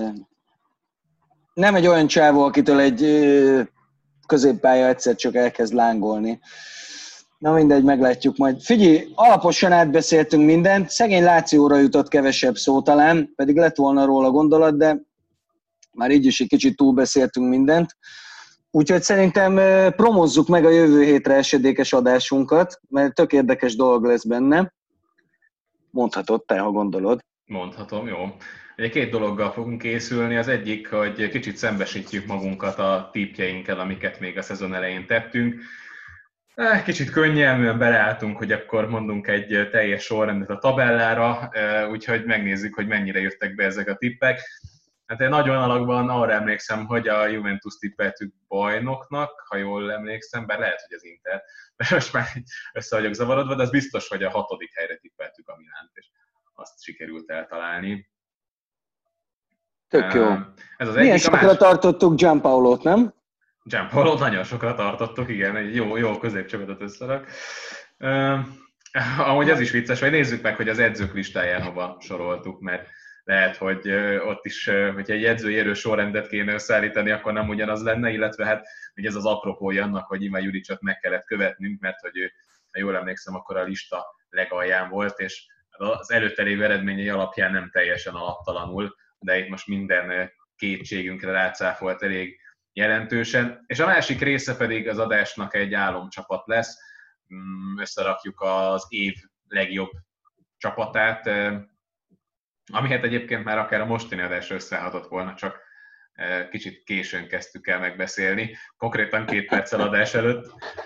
nem egy olyan csávó, akitől egy középpálya egyszer csak elkezd lángolni. Na mindegy, meglátjuk majd. Figyelj, alaposan átbeszéltünk mindent, szegény Lációra jutott kevesebb szó talán, pedig lett volna róla gondolat, de már így is egy kicsit túlbeszéltünk mindent. Úgyhogy szerintem promozzuk meg a jövő hétre esedékes adásunkat, mert tök érdekes dolog lesz benne. Mondhatod te, ha gondolod. Mondhatom, jó. Ugye 2 dologgal fogunk készülni. Az egyik, hogy kicsit szembesítjük magunkat a tippjeinkkel, amiket még a szezon elején tettünk. Kicsit könnyelműen beleálltunk, hogy akkor mondunk egy teljes sorrendet a tabellára, úgyhogy megnézzük, hogy mennyire jöttek be ezek a tippek. Hát én nagy vonalakban arra emlékszem, hogy a Juventus tippeltük bajnoknak, ha jól emlékszem, bár lehet, hogy az Inter, mert most már össze vagyok zavarodva, de az biztos, hogy a 6. helyre tippeltük a Milánt, és azt sikerült eltalálni. Tök jó. Ez az milyen sokra tartottuk Gianpaolót, nem? Gianpaolót nagyon sokra tartottuk, igen, egy jó középcsapatot összerak. Amúgy az is vicces, hogy nézzük meg, hogy az edzők listáján hova soroltuk, mert lehet, hogy ott is, hogyha egy edzői erős sorrendet kéne összeállítani, akkor nem ugyanaz lenne, illetve hát ugye ez az apropója annak, hogy Ivan Juricsot meg kellett követnünk, mert hogy ő, ha jól emlékszem, akkor a lista legalján volt, és az előtte lévő eredményei alapján nem teljesen alaptalanul, de itt most minden kétségünkre rácáfolt elég jelentősen. És a másik része pedig az adásnak egy álomcsapat lesz. Összerakjuk az év legjobb csapatát, amihet egyébként már akár a mostani adásra összehatott volna, csak kicsit későn kezdtük el megbeszélni, konkrétan 2 perccel adás előtt.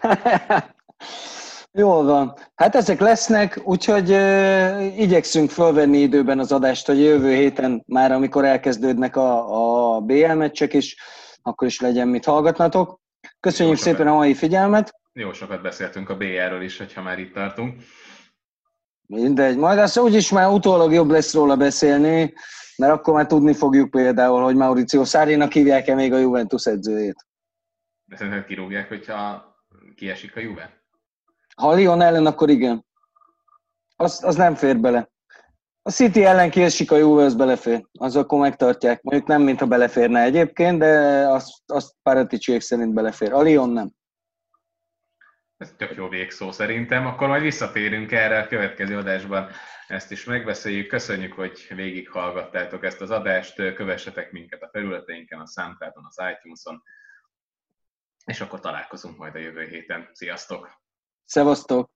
Jól van. Hát ezek lesznek, úgyhogy igyekszünk fölvenni időben az adást, hogy jövő héten már, amikor elkezdődnek a BL meccsek is, akkor is legyen mit hallgatnatok. Köszönjük szépen a mai figyelmet. Jó sokat beszéltünk a BL-ről is, hogyha már itt tartunk. Mindegy, majd azt úgyis már utólag jobb lesz róla beszélni, mert akkor már tudni fogjuk például, hogy Mauricio Sarrinak hívják-e még a Juventus edzőjét. De szerintem kirúgják, hogyha kiesik a Juve? Ha Lyon ellen, akkor igen. Az nem fér bele. A City ellen kiesik a Juve, az belefér. Az akkor megtartják. Mondjuk nem, mintha beleférne egyébként, de azt Paratici szerint belefér. A Lyon nem. Ez tök jó végszó szerintem. Akkor majd visszatérünk erre a következő adásban. Ezt is megbeszéljük. Köszönjük, hogy végighallgattátok ezt az adást. Kövessetek minket a felületeinken, a SoundCloudon, az iTunes-on. És akkor találkozunk majd a jövő héten. Sziasztok! Szevasztok!